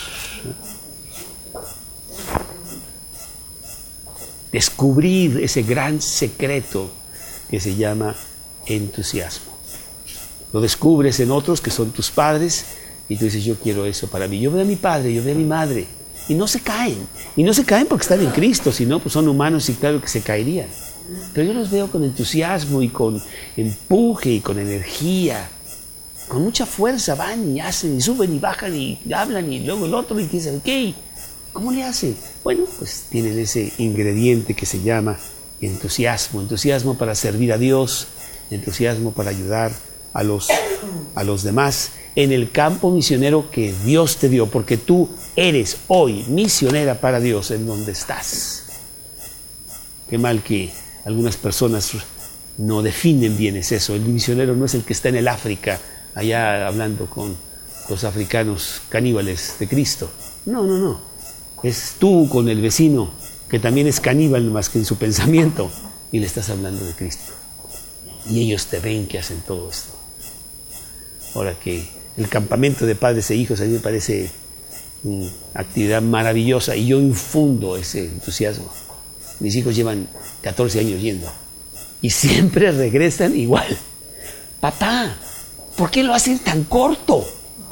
Descubrir ese gran secreto que se llama entusiasmo. Lo descubres en otros que son tus padres y tú dices, yo quiero eso para mí. Yo veo a mi padre, yo veo a mi madre y no se caen. Y no se caen porque están en Cristo, sino pues son humanos y claro que se caerían. Pero yo los veo con entusiasmo y con empuje y con energía. Con mucha fuerza van y hacen y suben y bajan y hablan y luego el otro y dicen, ¿qué? ¿Cómo le hacen? Bueno, pues tienen ese ingrediente que se llama entusiasmo. Entusiasmo para servir a Dios, entusiasmo para ayudar a los, a los demás en el campo misionero que Dios te dio, porque tú eres hoy misionera para Dios en donde estás. Qué mal que algunas personas no definen bien es eso. El misionero no es el que está en el África, allá hablando con los africanos caníbales de Cristo. No, no, no. Es tú con el vecino, que también es caníbal más que en su pensamiento, y le estás hablando de Cristo. Y ellos te ven que hacen todo esto. Ahora que el campamento de padres e hijos a mí me parece una actividad maravillosa y yo infundo ese entusiasmo. Mis hijos llevan catorce años yendo y siempre regresan igual. Papá, ¿por qué lo hacen tan corto?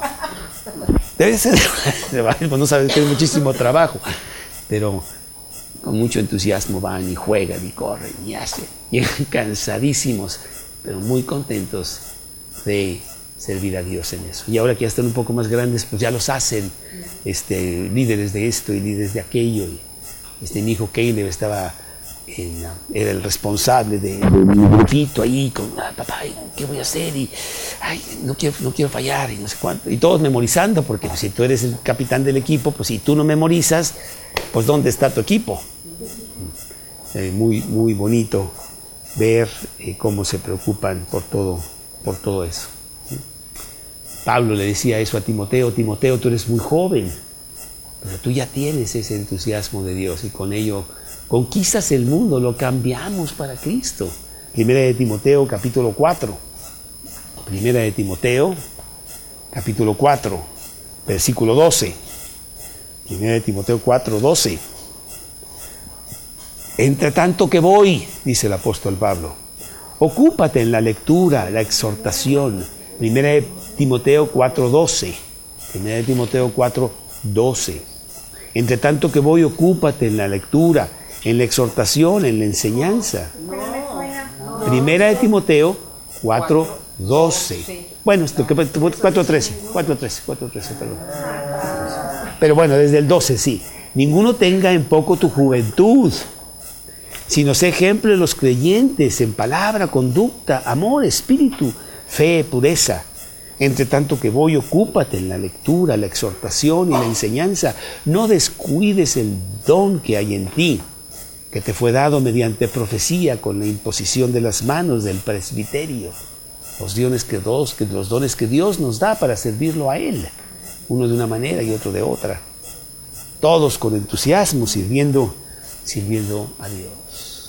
Debe ser, pues no sabes que es muchísimo trabajo, pero con mucho entusiasmo van y juegan y corren y hacen. Llegan cansadísimos, pero muy contentos de servir a Dios en eso. Y ahora que ya están un poco más grandes, pues ya los hacen este, líderes de esto y líderes de aquello. Y este, mi hijo Caleb estaba en, era el responsable de, de mi grupito ahí con ah, papá, ¿qué voy a hacer? Y ay, no quiero, no quiero fallar y no sé cuánto. Y todos memorizando, porque pues, si tú eres el capitán del equipo, pues si tú no memorizas, pues ¿dónde está tu equipo? Eh, muy, muy bonito ver eh, cómo se preocupan por todo, por todo eso. Pablo le decía eso a Timoteo, Timoteo, tú eres muy joven, pero tú ya tienes ese entusiasmo de Dios y con ello conquistas el mundo, lo cambiamos para Cristo. Primera de Timoteo, capítulo cuatro. Primera de Timoteo, capítulo cuatro, versículo doce. Primera de Timoteo cuatro, doce. Entre tanto que voy, dice el apóstol Pablo, ocúpate en la lectura, la exhortación. Primera de Timoteo cuatro, doce. Primera de Timoteo cuatro, doce. Entre tanto que voy, ocúpate en la lectura, en la exhortación, en la enseñanza. Primera de Timoteo cuatro, doce. Bueno, cuatro, trece. cuatro, trece. cuatro, trece, perdón. Pero bueno, desde el doce sí. Ninguno tenga en poco tu juventud, sino sé ejemplo de los creyentes en palabra, conducta, amor, espíritu, fe, pureza. Entre tanto que voy, ocúpate en la lectura, la exhortación y la enseñanza. No descuides el don que hay en ti, que te fue dado mediante profecía con la imposición de las manos del presbiterio. Los dones que, dos, que, los dones que Dios nos da para servirlo a Él, uno de una manera y otro de otra. Todos con entusiasmo sirviendo, sirviendo a Dios.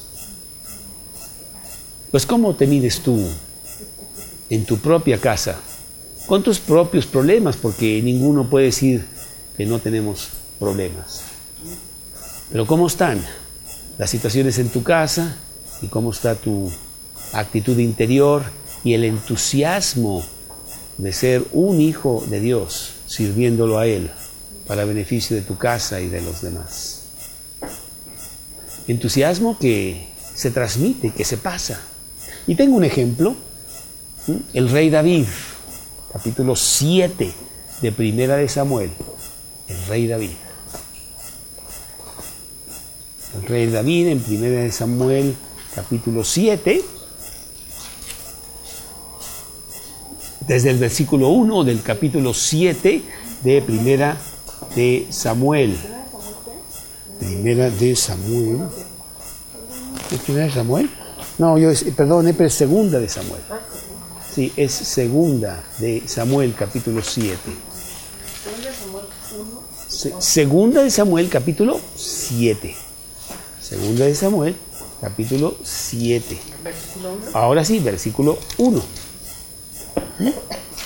Pues ¿cómo te mides tú en tu propia casa? Con tus propios problemas, porque ninguno puede decir que no tenemos problemas. Pero ¿cómo están las situaciones en tu casa y cómo está tu actitud interior y el entusiasmo de ser un hijo de Dios, sirviéndolo a Él para beneficio de tu casa y de los demás? Entusiasmo que se transmite, que se pasa. Y tengo un ejemplo, el rey David, capítulo siete de Primera de Samuel, el rey David. El rey David en Primera de Samuel, capítulo siete, desde el versículo uno del capítulo siete de Primera de Samuel. Primera de Samuel. ¿Es Primera de Samuel? No, yo, perdón, es Segunda de Samuel. Sí, es Segunda de Samuel, capítulo siete. Se, segunda de Samuel, capítulo siete. Segunda de Samuel, capítulo siete. Ahora sí, versículo uno. ¿Eh?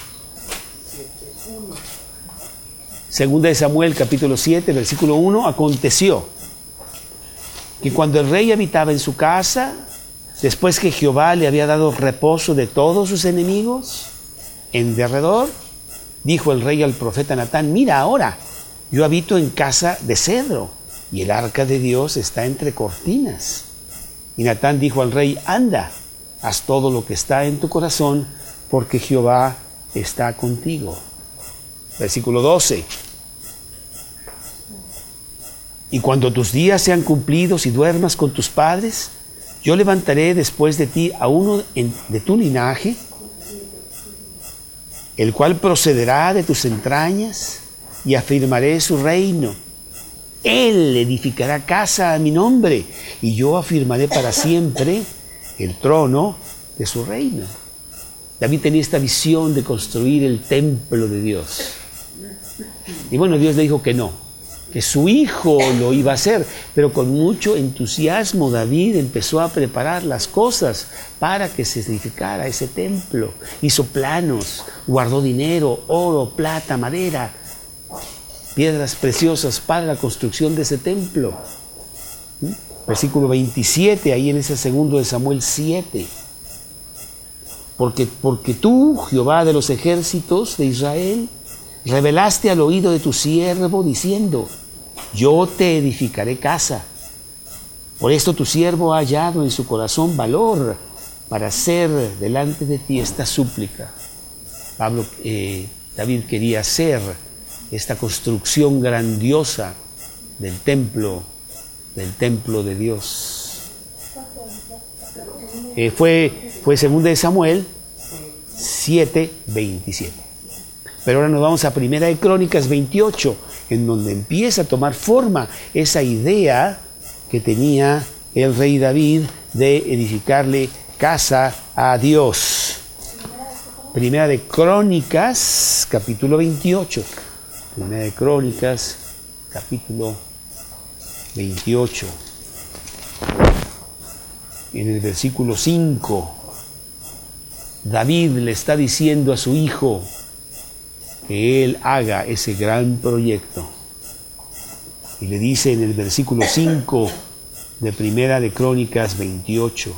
Segunda de Samuel, capítulo siete, versículo uno. Aconteció que cuando el rey habitaba en su casa, después que Jehová le había dado reposo de todos sus enemigos en derredor, dijo el rey al profeta Natán: mira ahora, yo habito en casa de cedro, y el arca de Dios está entre cortinas. Y Natán dijo al rey: anda, haz todo lo que está en tu corazón, porque Jehová está contigo. Versículo doce. Y cuando tus días sean cumplidos y duermas con tus padres, yo levantaré después de ti a uno de tu linaje, el cual procederá de tus entrañas, y afirmaré su reino. Él edificará casa a mi nombre, y yo afirmaré para siempre el trono de su reino. David tenía esta visión de construir el templo de Dios. Y bueno, Dios le dijo que no, que su hijo lo iba a hacer, pero con mucho entusiasmo David empezó a preparar las cosas para que se edificara ese templo. Hizo planos, guardó dinero, oro, plata, madera, piedras preciosas para la construcción de ese templo. ¿Mm? Versículo veintisiete, ahí en ese segundo de Samuel siete. Porque, porque tú, Jehová de los ejércitos de Israel, revelaste al oído de tu siervo diciendo: yo te edificaré casa. Por esto tu siervo ha hallado en su corazón valor para hacer delante de ti esta súplica. Pablo, eh, David quería hacer esta construcción grandiosa del templo, del templo de Dios. Eh, fue, fue segunda de Samuel siete, veintisiete. Pero ahora nos vamos a Primera de Crónicas veintiocho, en donde empieza a tomar forma esa idea que tenía el rey David de edificarle casa a Dios. Primera de Crónicas, capítulo veintiocho. Primera de Crónicas, capítulo veintiocho. en el versículo cinco, David le está diciendo a su hijo que él haga ese gran proyecto. Y le dice en el versículo cinco de Primera de Crónicas veintiocho,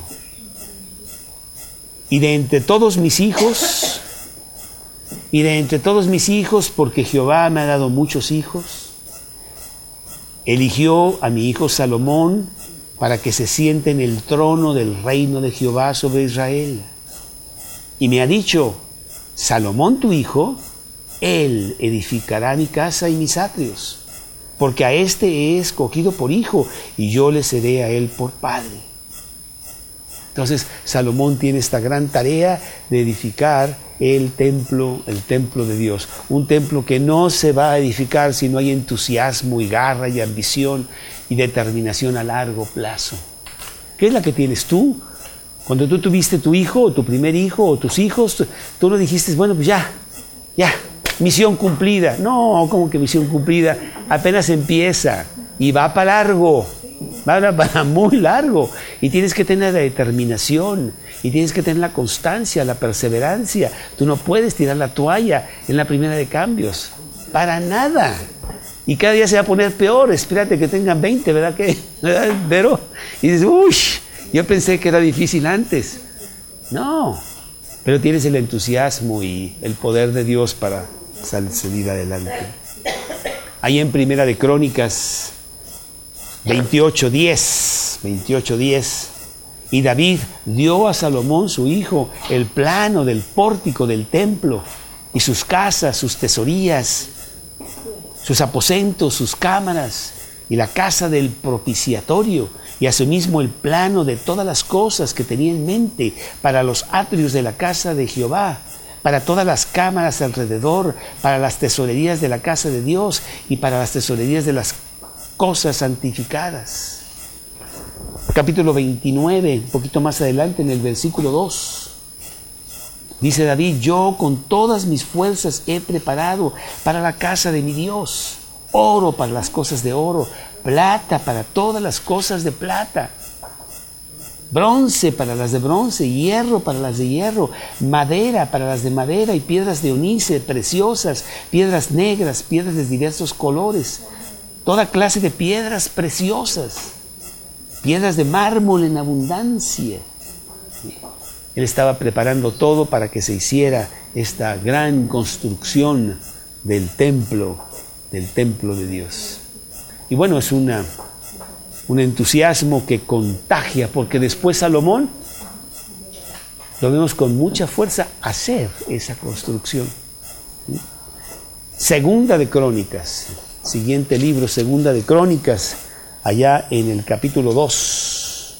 y de entre todos mis hijos, y de entre todos mis hijos, porque Jehová me ha dado muchos hijos, eligió a mi hijo Salomón para que se siente en el trono del reino de Jehová sobre Israel. Y me ha dicho, Salomón tu hijo, él edificará mi casa y mis atrios, porque a éste he escogido por hijo, y yo le seré a él por padre. Entonces Salomón tiene esta gran tarea de edificar el templo, el templo de Dios. Un templo que no se va a edificar si no hay entusiasmo y garra y ambición y determinación a largo plazo. ¿Qué es la que tienes tú? Cuando tú tuviste tu hijo, o tu primer hijo, o tus hijos, tú, tú no dijiste, bueno, pues ya, ya, misión cumplida. No, ¿cómo que misión cumplida? Apenas empieza y va para largo. Va para muy largo, y tienes que tener la determinación, y tienes que tener la constancia, la perseverancia. Tú no puedes tirar la toalla en la primera de cambios, para nada. Y cada día se va a poner peor. Espérate que tengan veinte, ¿verdad que? ¿Verdad? Pero, y dices, uy, yo pensé que era difícil antes. No, pero tienes el entusiasmo y el poder de Dios para salir adelante. Ahí en Primera de Crónicas veintiocho diez, veintiocho diez, y David dio a Salomón su hijo el plano del pórtico del templo y sus casas, sus tesorías, sus aposentos, sus cámaras y la casa del propiciatorio, y asimismo el plano de todas las cosas que tenía en mente para los atrios de la casa de Jehová, para todas las cámaras alrededor, para las tesorerías de la casa de Dios y para las tesorerías de las cosas santificadas. Capítulo veintinueve, un poquito más adelante en el versículo dos, dice David, yo con todas mis fuerzas he preparado para la casa de mi Dios, oro para las cosas de oro, plata para todas las cosas de plata, bronce para las de bronce, hierro para las de hierro, madera para las de madera y piedras de ónice preciosas, piedras negras, piedras de diversos colores, toda clase de piedras preciosas, piedras de mármol en abundancia. Él estaba preparando todo para que se hiciera esta gran construcción del templo, del templo de Dios. Y bueno, es una, un entusiasmo que contagia, porque después Salomón lo vemos con mucha fuerza hacer esa construcción. Segunda de Crónicas. Siguiente libro, Segunda de Crónicas, allá en el capítulo dos.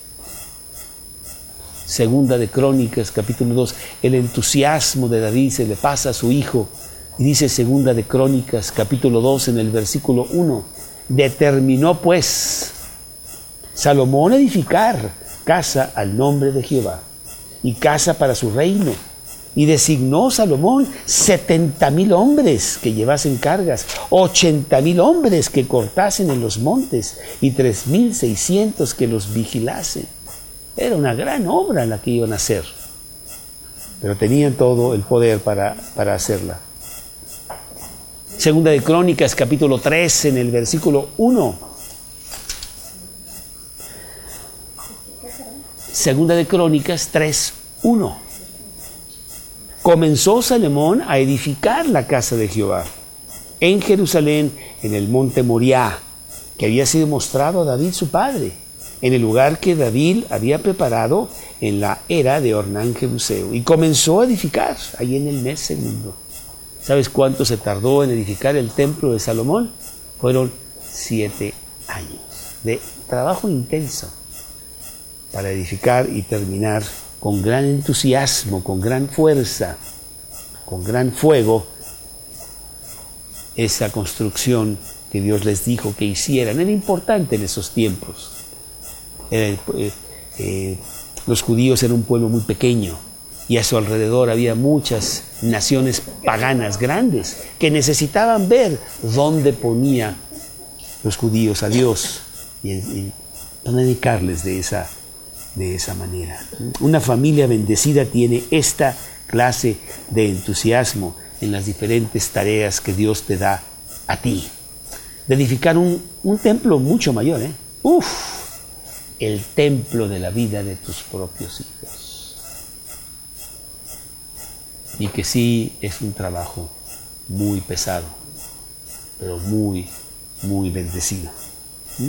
Segunda de Crónicas, capítulo dos. El entusiasmo de David se le pasa a su hijo. Y dice Segunda de Crónicas, capítulo dos, en el versículo uno. Determinó pues Salomón edificar casa al nombre de Jehová y casa para su reino. Y designó Salomón setenta mil hombres que llevasen cargas, ochenta mil hombres que cortasen en los montes y tres mil seiscientos que los vigilasen. Era una gran obra la que iban a hacer, pero tenían todo el poder para, para hacerla. Segunda de Crónicas, capítulo tres, en el versículo uno. Segunda de Crónicas tres, uno. Comenzó Salomón a edificar la casa de Jehová en Jerusalén, en el monte Moriah, que había sido mostrado a David su padre, en el lugar que David había preparado en la era de Ornán Jebuseo. Y comenzó a edificar ahí en el mes segundo. ¿Sabes cuánto se tardó en edificar el templo de Salomón? Fueron siete años de trabajo intenso para edificar y terminar con gran entusiasmo, con gran fuerza, con gran fuego, esa construcción que Dios les dijo que hicieran. Era importante en esos tiempos. Era, eh, eh, los judíos eran un pueblo muy pequeño y a su alrededor había muchas naciones paganas grandes que necesitaban ver dónde ponía los judíos a Dios y, y dedicarles de esa de esa manera. Una familia bendecida tiene esta clase de entusiasmo en las diferentes tareas que Dios te da a ti. De edificar un, un templo mucho mayor, ¿eh? Uf, el templo de la vida de tus propios hijos. Y que sí es un trabajo muy pesado, pero muy, muy bendecido. ¿Mm?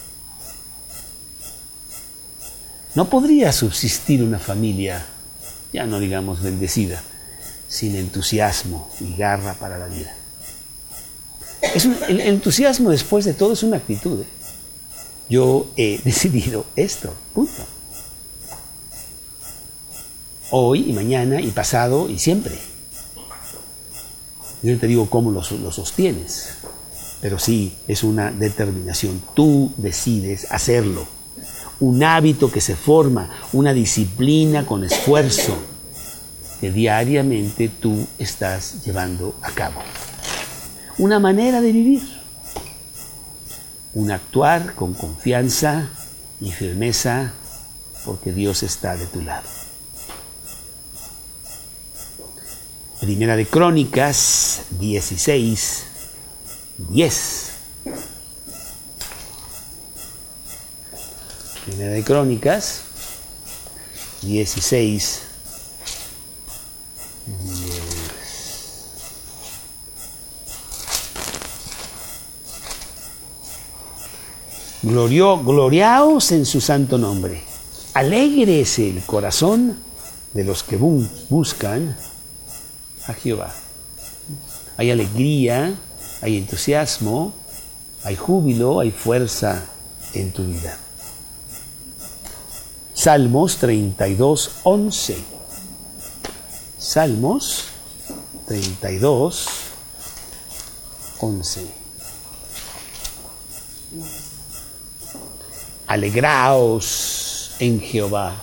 No podría subsistir una familia, ya no digamos bendecida, sin entusiasmo y garra para la vida. Es un, el entusiasmo, después de todo, es una actitud, ¿eh? Yo he decidido esto, punto. Hoy y mañana y pasado y siempre. Yo no te digo cómo lo, lo sostienes, pero sí es una determinación. Tú decides hacerlo. Un hábito que se forma, una disciplina con esfuerzo que diariamente tú estás llevando a cabo. Una manera de vivir, un actuar con confianza y firmeza porque Dios está de tu lado. Primera de Crónicas dieciséis, diez. Primera de Crónicas dieciséis, diez. Glorio, gloriaos en su santo nombre. Alégrese el corazón de los que bu- buscan a Jehová. Hay alegría, hay entusiasmo, hay júbilo, hay fuerza en tu vida. Salmos treinta y dos, once. Salmos treinta y dos, once. Alegraos en Jehová,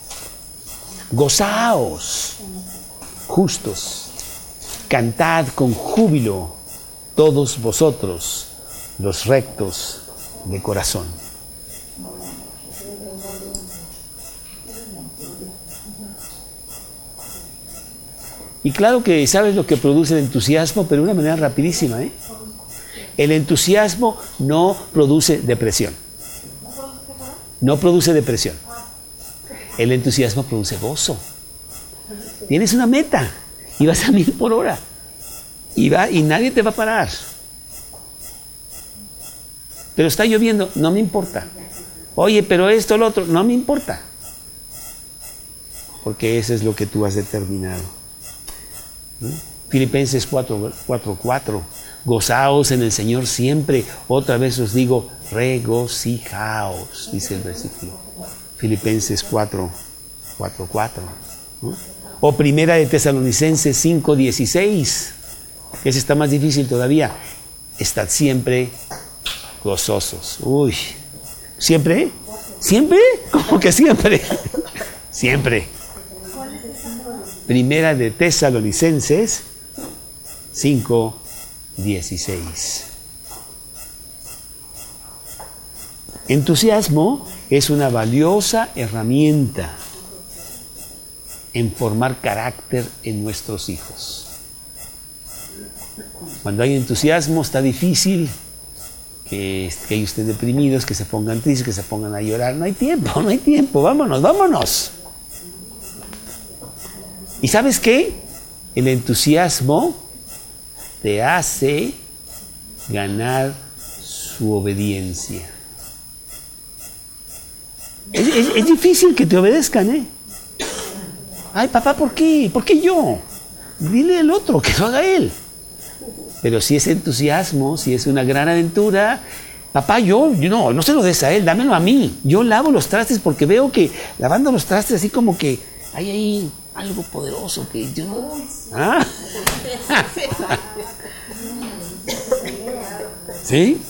gozaos, justos, cantad con júbilo todos vosotros, los rectos de corazón. Y claro que sabes lo que produce el entusiasmo, pero de una manera rapidísima, ¿eh? El entusiasmo no produce depresión. No produce depresión. El entusiasmo produce gozo. Tienes una meta y vas a mil por hora. Y, va, y nadie te va a parar. Pero está lloviendo, no me importa. Oye, pero esto, lo otro, no me importa. Porque eso es lo que tú has determinado. ¿Sí? Filipenses cuatro, cuatro. Gozaos en el Señor siempre. Otra vez os digo, regocijaos, dice el versículo. Filipenses cuatro, cuatro, cuatro. ¿No? O primera de Tesalonicenses cinco, dieciséis. Ese está más difícil todavía. Estad siempre gozosos. Uy, ¿siempre? ¿Siempre? ¿Cómo que siempre? Siempre. Primera de Tesalonicenses cinco, dieciséis. Entusiasmo es una valiosa herramienta en formar carácter en nuestros hijos. Cuando hay entusiasmo está difícil que, que ellos estén deprimidos, que se pongan tristes, que se pongan a llorar. No hay tiempo, no hay tiempo, vámonos, vámonos. ¿Y sabes qué? El entusiasmo te hace ganar su obediencia. Es, es, es difícil que te obedezcan, ¿eh? Ay, papá, ¿por qué? ¿Por qué yo? Dile al otro que lo haga él. Pero si es entusiasmo, si es una gran aventura, papá, yo, yo no, no se lo des a él, dámelo a mí. Yo lavo los trastes porque veo que lavando los trastes así como que hay ahí algo poderoso que yo... ¿Ah? ¿Sí?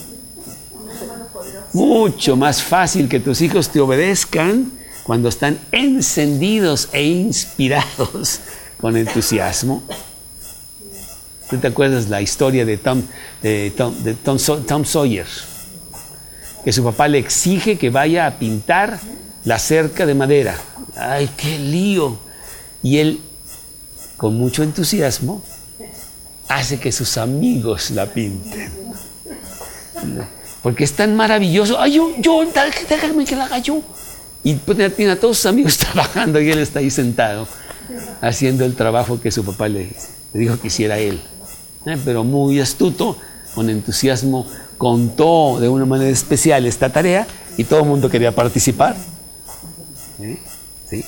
Mucho más fácil que tus hijos te obedezcan cuando están encendidos e inspirados con entusiasmo. ¿Tú te acuerdas la historia de Tom, de Tom, de Tom, Tom Sawyer? Que su papá le exige que vaya a pintar la cerca de madera. ¡Ay, qué lío! Y él, con mucho entusiasmo, hace que sus amigos la pinten. Porque es tan maravilloso. ¡Ay, yo, yo, déjame que la haga yo! Y pues tiene a todos sus amigos trabajando y él está ahí sentado, haciendo el trabajo que su papá le, le dijo que hiciera él. Eh, pero muy astuto, con entusiasmo, contó de una manera especial esta tarea y todo el mundo quería participar. ¿Eh? ¿Sí?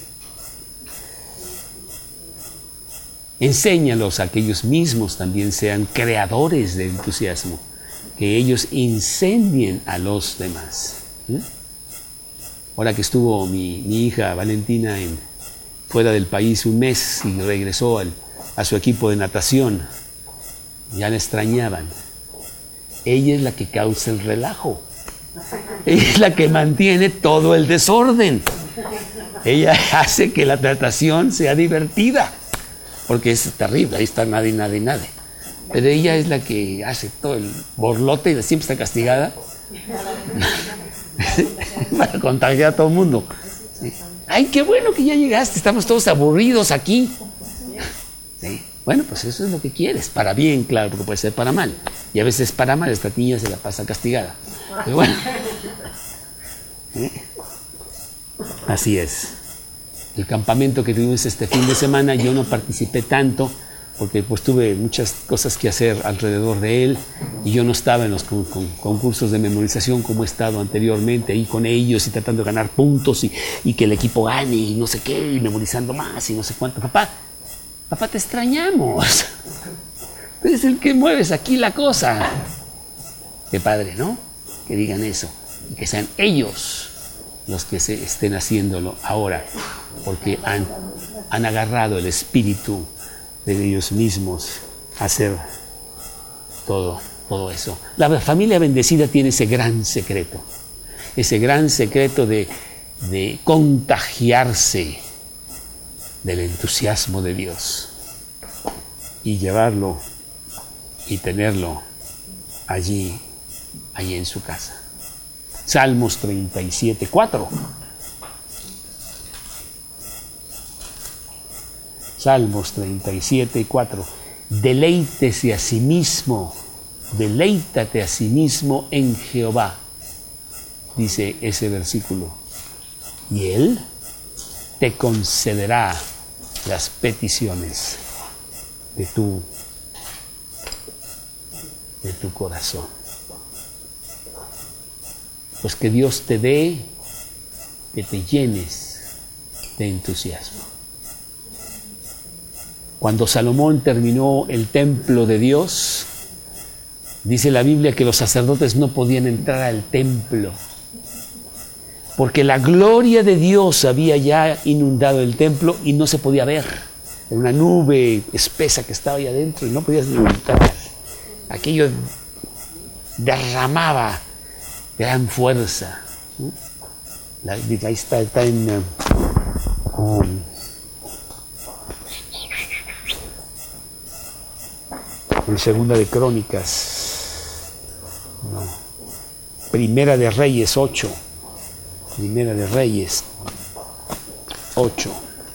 Enséñalos a que ellos mismos también sean creadores de entusiasmo, que ellos incendien a los demás. ¿Eh? Ahora que estuvo mi, mi hija Valentina en, fuera del país un mes y regresó al, a su equipo de natación, ya la extrañaban. Ella es la que causa el relajo. Ella es la que mantiene todo el desorden. Ella hace que la natación sea divertida, porque es terrible, ahí está nadie, nadie, nadie. Pero ella es la que hace todo el borlote y siempre está castigada para contagiar a todo el mundo. ¿Sí? ¡Ay, qué bueno que ya llegaste! Estamos todos aburridos aquí. ¿Sí? Bueno, pues eso es lo que quieres, para bien, claro, porque puede ser para mal. Y a veces para mal, esta niña se la pasa castigada. Pero bueno. ¿Sí? Así es. El campamento que tuvimos este fin de semana, yo no participé tanto, porque pues tuve muchas cosas que hacer alrededor de él y yo no estaba en los con, con, concursos de memorización como he estado anteriormente, ahí con ellos y tratando de ganar puntos y, y que el equipo gane y no sé qué, y memorizando más y no sé cuánto. Papá, papá, te extrañamos. Tú eres el que mueves aquí la cosa. Qué padre, ¿no? Que digan eso y que sean ellos los que se estén haciéndolo ahora, porque han, han agarrado el espíritu de ellos mismos a hacer todo, todo eso. La familia bendecida tiene ese gran secreto, ese gran secreto de, de contagiarse del entusiasmo de Dios y llevarlo y tenerlo allí, allí en su casa. Salmos treinta y siete, cuatro. Salmos treinta y siete, cuatro. Deleítese a sí mismo, deleítate a sí mismo en Jehová, dice ese versículo. Y Él te concederá las peticiones de tu, de tu corazón. Pues que Dios te dé, que te llenes de entusiasmo. Cuando Salomón terminó el templo de Dios, dice la Biblia que los sacerdotes no podían entrar al templo, porque la gloria de Dios había ya inundado el templo y no se podía ver. Era una nube espesa que estaba ahí adentro y no podías ni entrar. Aquello derramaba gran fuerza. La, ahí está, está en um, en Segunda de Crónicas, no, Primera de Reyes ocho, Primera de Reyes ocho.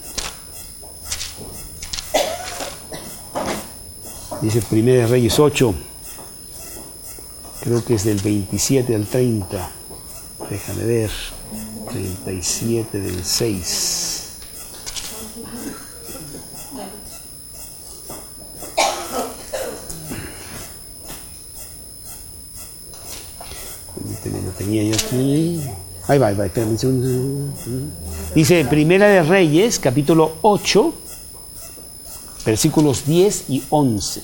Dice Primera de Reyes ocho. Creo que es del veintisiete al treinta. Déjame ver. treinta y siete del seis. Lo tenía yo aquí. Ahí va, ahí va. Espérame un segundo. Dice Primera de Reyes, capítulo ocho, versículos diez y once.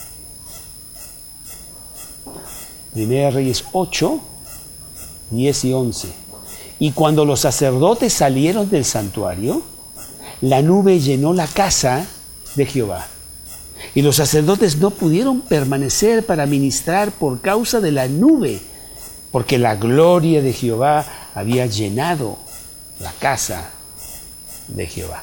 Primera de Reyes ocho, diez y once. Y cuando los sacerdotes salieron del santuario, la nube llenó la casa de Jehová. Y los sacerdotes no pudieron permanecer para ministrar por causa de la nube, porque la gloria de Jehová había llenado la casa de Jehová.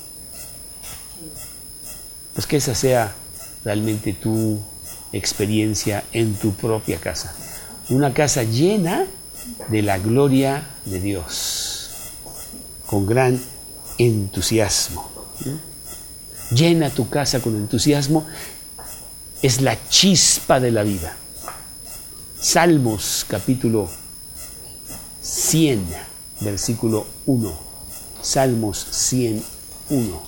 Pues que esa sea realmente tu experiencia en tu propia casa. Una casa llena de la gloria de Dios. con gran entusiasmo. Llena tu casa con entusiasmo, es la chispa de la vida. Salmos capítulo cien, versículo uno. Salmos cien uno.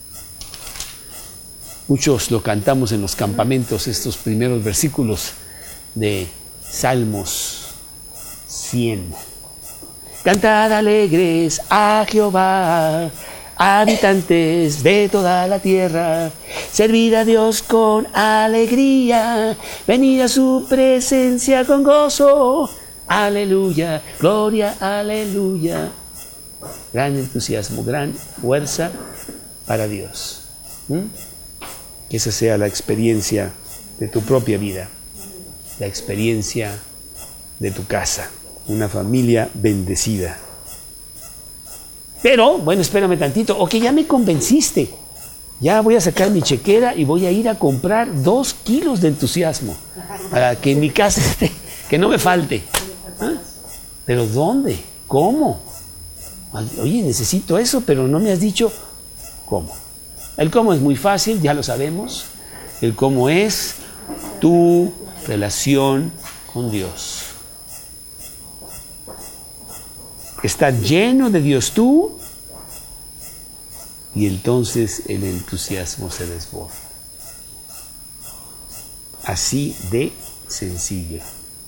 Muchos lo cantamos en los campamentos, estos primeros versículos de Salmos cien. Cantad alegres a Jehová, habitantes de toda la tierra, servid a Dios con alegría, venid a su presencia con gozo, aleluya, gloria, aleluya. Gran entusiasmo, gran fuerza para Dios. ¿Mm? Que esa sea la experiencia de tu propia vida, la experiencia de tu casa, una familia bendecida. Pero, bueno, espérame tantito, o que ya me convenciste, ya voy a sacar mi chequera y voy a ir a comprar dos kilos de entusiasmo, para que en mi casa esté, que no me falte. ¿Ah? ¿Pero dónde? ¿Cómo? Oye, necesito eso, pero no me has dicho cómo. El cómo es muy fácil, ya lo sabemos. El cómo es tu relación con Dios. Estar lleno de Dios tú, y entonces el entusiasmo se desborda. Así de sencillo.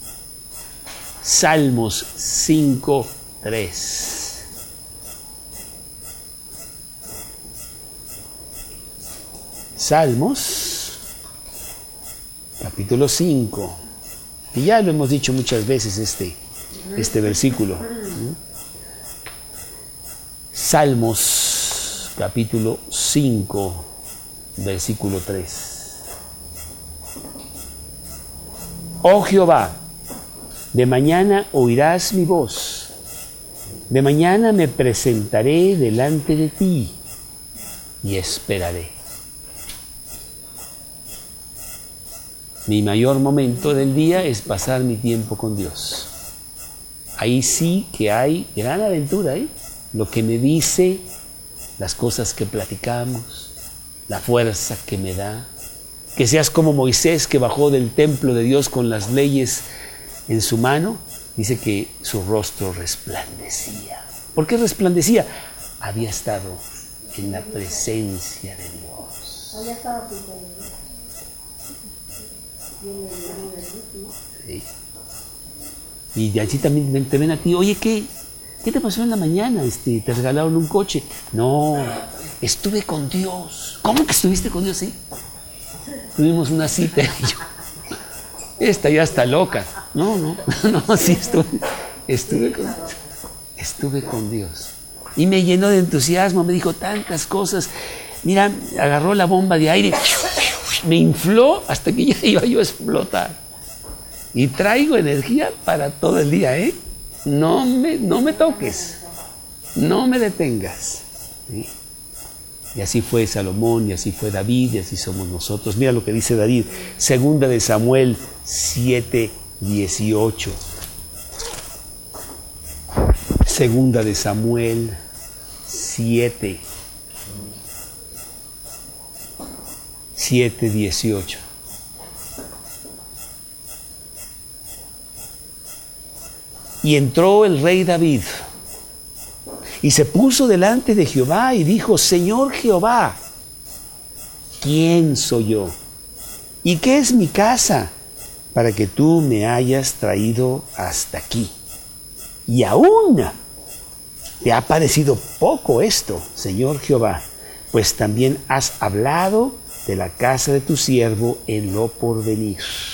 Salmos cinco, tres. Salmos, capítulo cinco. Y ya lo hemos dicho muchas veces este, este versículo. Salmos, capítulo cinco, versículo tres. Oh Jehová, de mañana oirás mi voz, de mañana me presentaré delante de ti y esperaré. Mi mayor momento del día es pasar mi tiempo con Dios. Ahí sí que hay gran aventura, ¿eh? Lo que me dice, las cosas que platicamos, la fuerza que me da. Que seas como Moisés, que bajó del templo de Dios con las leyes en su mano. Dice que su rostro resplandecía. ¿Por qué resplandecía? Había estado en la presencia de Dios. Había estado Sí. Y de allí también te ven a ti, oye, ¿qué, ¿qué te pasó en la mañana? Este, ¿te regalaron un coche? No, estuve con Dios. ¿Cómo que estuviste con Dios? Sí. Tuvimos una cita y yo, esta ya está loca. No, no, no, sí estuve, estuve con, estuve con Dios. Y me llenó de entusiasmo, me dijo tantas cosas. Mira, agarró la bomba de aire, me infló hasta que ya iba yo a explotar. Y traigo energía para todo el día, ¿eh? No me, no me toques, no me detengas. ¿Sí? Y así fue Salomón, y así fue David, y así somos nosotros. Mira lo que dice David, segunda de Samuel siete, dieciocho. Segunda de Samuel siete, siete, dieciocho. Y entró el rey David y se puso delante de Jehová y dijo, Señor Jehová, ¿quién soy yo? ¿Y qué es mi casa para que tú me hayas traído hasta aquí? Y aún te ha parecido poco esto, Señor Jehová, pues también has hablado de la casa de tu siervo en lo porvenir.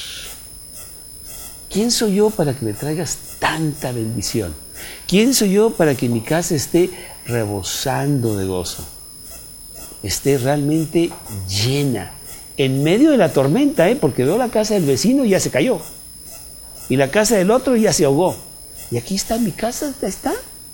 ¿Quién soy yo para que me traigas tanta bendición? ¿Quién soy yo para que mi casa esté rebosando de gozo? Esté realmente llena. En medio de la tormenta, ¿eh? Porque veo la casa del vecino y ya se cayó. Y la casa del otro ya se ahogó. Y aquí está mi casa, ¿está?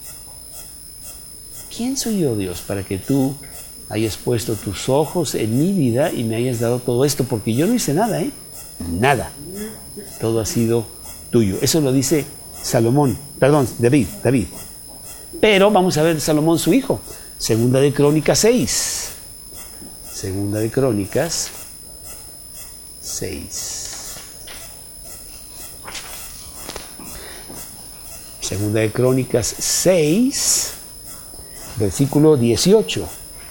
¿Quién soy yo, Dios, para que tú hayas puesto tus ojos en mi vida y me hayas dado todo esto? Porque yo no hice nada, ¿eh? Nada. Todo ha sido tuyo. Eso lo dice Salomón, perdón, David, David. Pero vamos a ver Salomón su hijo. Segunda de Crónicas seis. Segunda de Crónicas seis. Segunda de Crónicas seis, versículo dieciocho.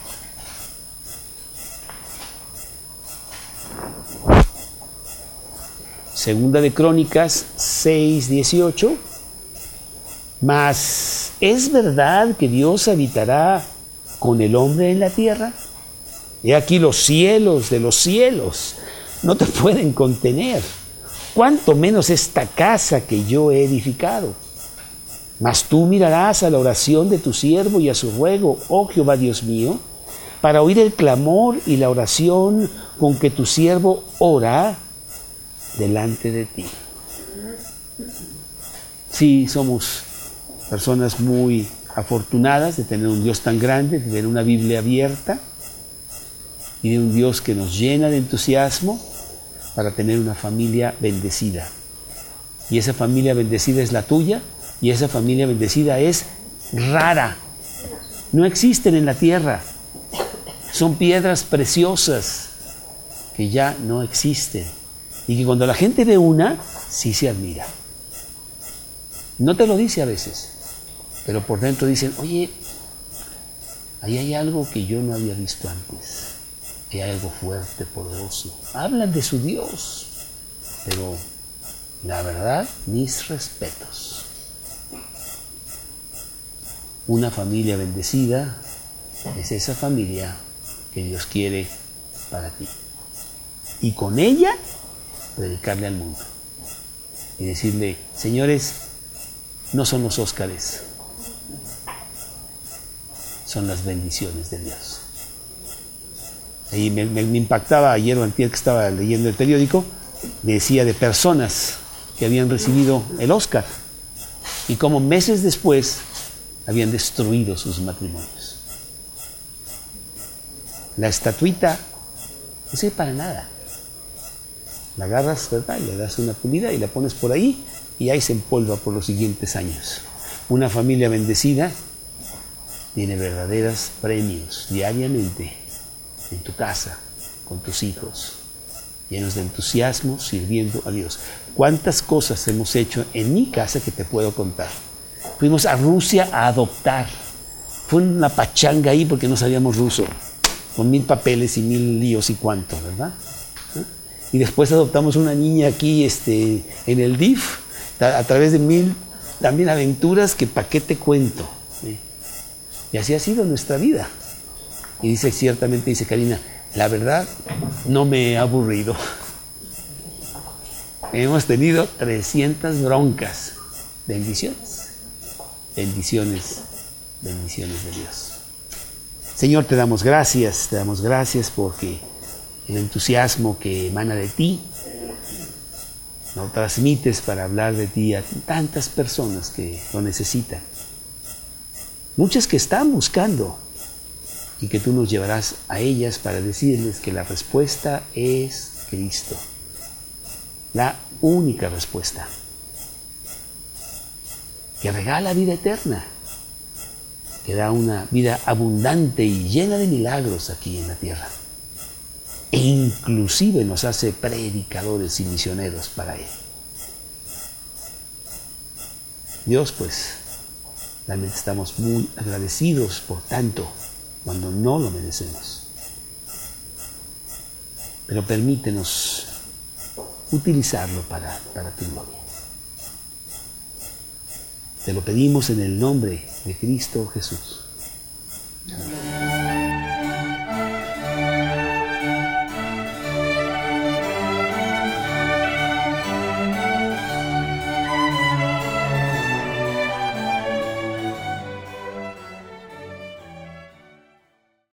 Segunda de Crónicas seis, dieciocho. Mas, ¿es verdad que Dios habitará con el hombre en la tierra? He aquí los cielos de los cielos no te pueden contener, cuánto menos esta casa que yo he edificado. Mas tú mirarás a la oración de tu siervo y a su ruego, oh Jehová Dios mío, para oír el clamor y la oración con que tu siervo ora delante de ti. Sí, somos personas muy afortunadas de tener un Dios tan grande, de tener una Biblia abierta y de un Dios que nos llena de entusiasmo para tener una familia bendecida. Y esa familia bendecida es la tuya. Y esa familia bendecida es rara. No existen en la tierra. Son piedras preciosas que ya no existen. Y que cuando la gente ve una, sí se admira. No te lo dice a veces, pero por dentro dicen, oye, ahí hay algo que yo no había visto antes. Hay algo fuerte, poderoso. Hablan de su Dios, pero la verdad, mis respetos. Una familia bendecida es esa familia que Dios quiere para ti. Y con ella, predicarle al mundo. Y decirle, señores, no son los Óscares, son las bendiciones de Dios. Y me, me, me impactaba ayer o antier que estaba leyendo el periódico, me decía de personas que habían recibido el Óscar y como meses después habían destruido sus matrimonios. La estatuita no sirve para nada. La agarras, ¿verdad? Y le das una pulida y la pones por ahí y ahí se empolva por los siguientes años. Una familia bendecida tiene verdaderos premios diariamente en tu casa, con tus hijos, llenos de entusiasmo, sirviendo a Dios. ¿Cuántas cosas hemos hecho en mi casa que te puedo contar? Fuimos a Rusia a adoptar. Fue una pachanga ahí porque no sabíamos ruso, con mil papeles y mil líos y cuánto, ¿verdad? Y después adoptamos una niña aquí este, en el D I F, a través de mil también aventuras que pa' qué te cuento. ¿Sí? Y así ha sido nuestra vida. Y dice, ciertamente, dice Karina, la verdad no me he aburrido. Hemos tenido trescientas broncas. Bendiciones. Bendiciones, bendiciones de Dios. Señor, te damos gracias, te damos gracias porque el entusiasmo que emana de ti lo transmites para hablar de ti a tantas personas que lo necesitan. Muchas que están buscando y que tú nos llevarás a ellas para decirles que la respuesta es Cristo. La única respuesta. Que regala vida eterna, que da una vida abundante y llena de milagros aquí en la tierra. E inclusive nos hace predicadores y misioneros para Él. Dios, pues, realmente estamos muy agradecidos por tanto, cuando no lo merecemos. Pero permítenos utilizarlo para, para tu gloria. Te lo pedimos en el nombre de Cristo Jesús. Amén.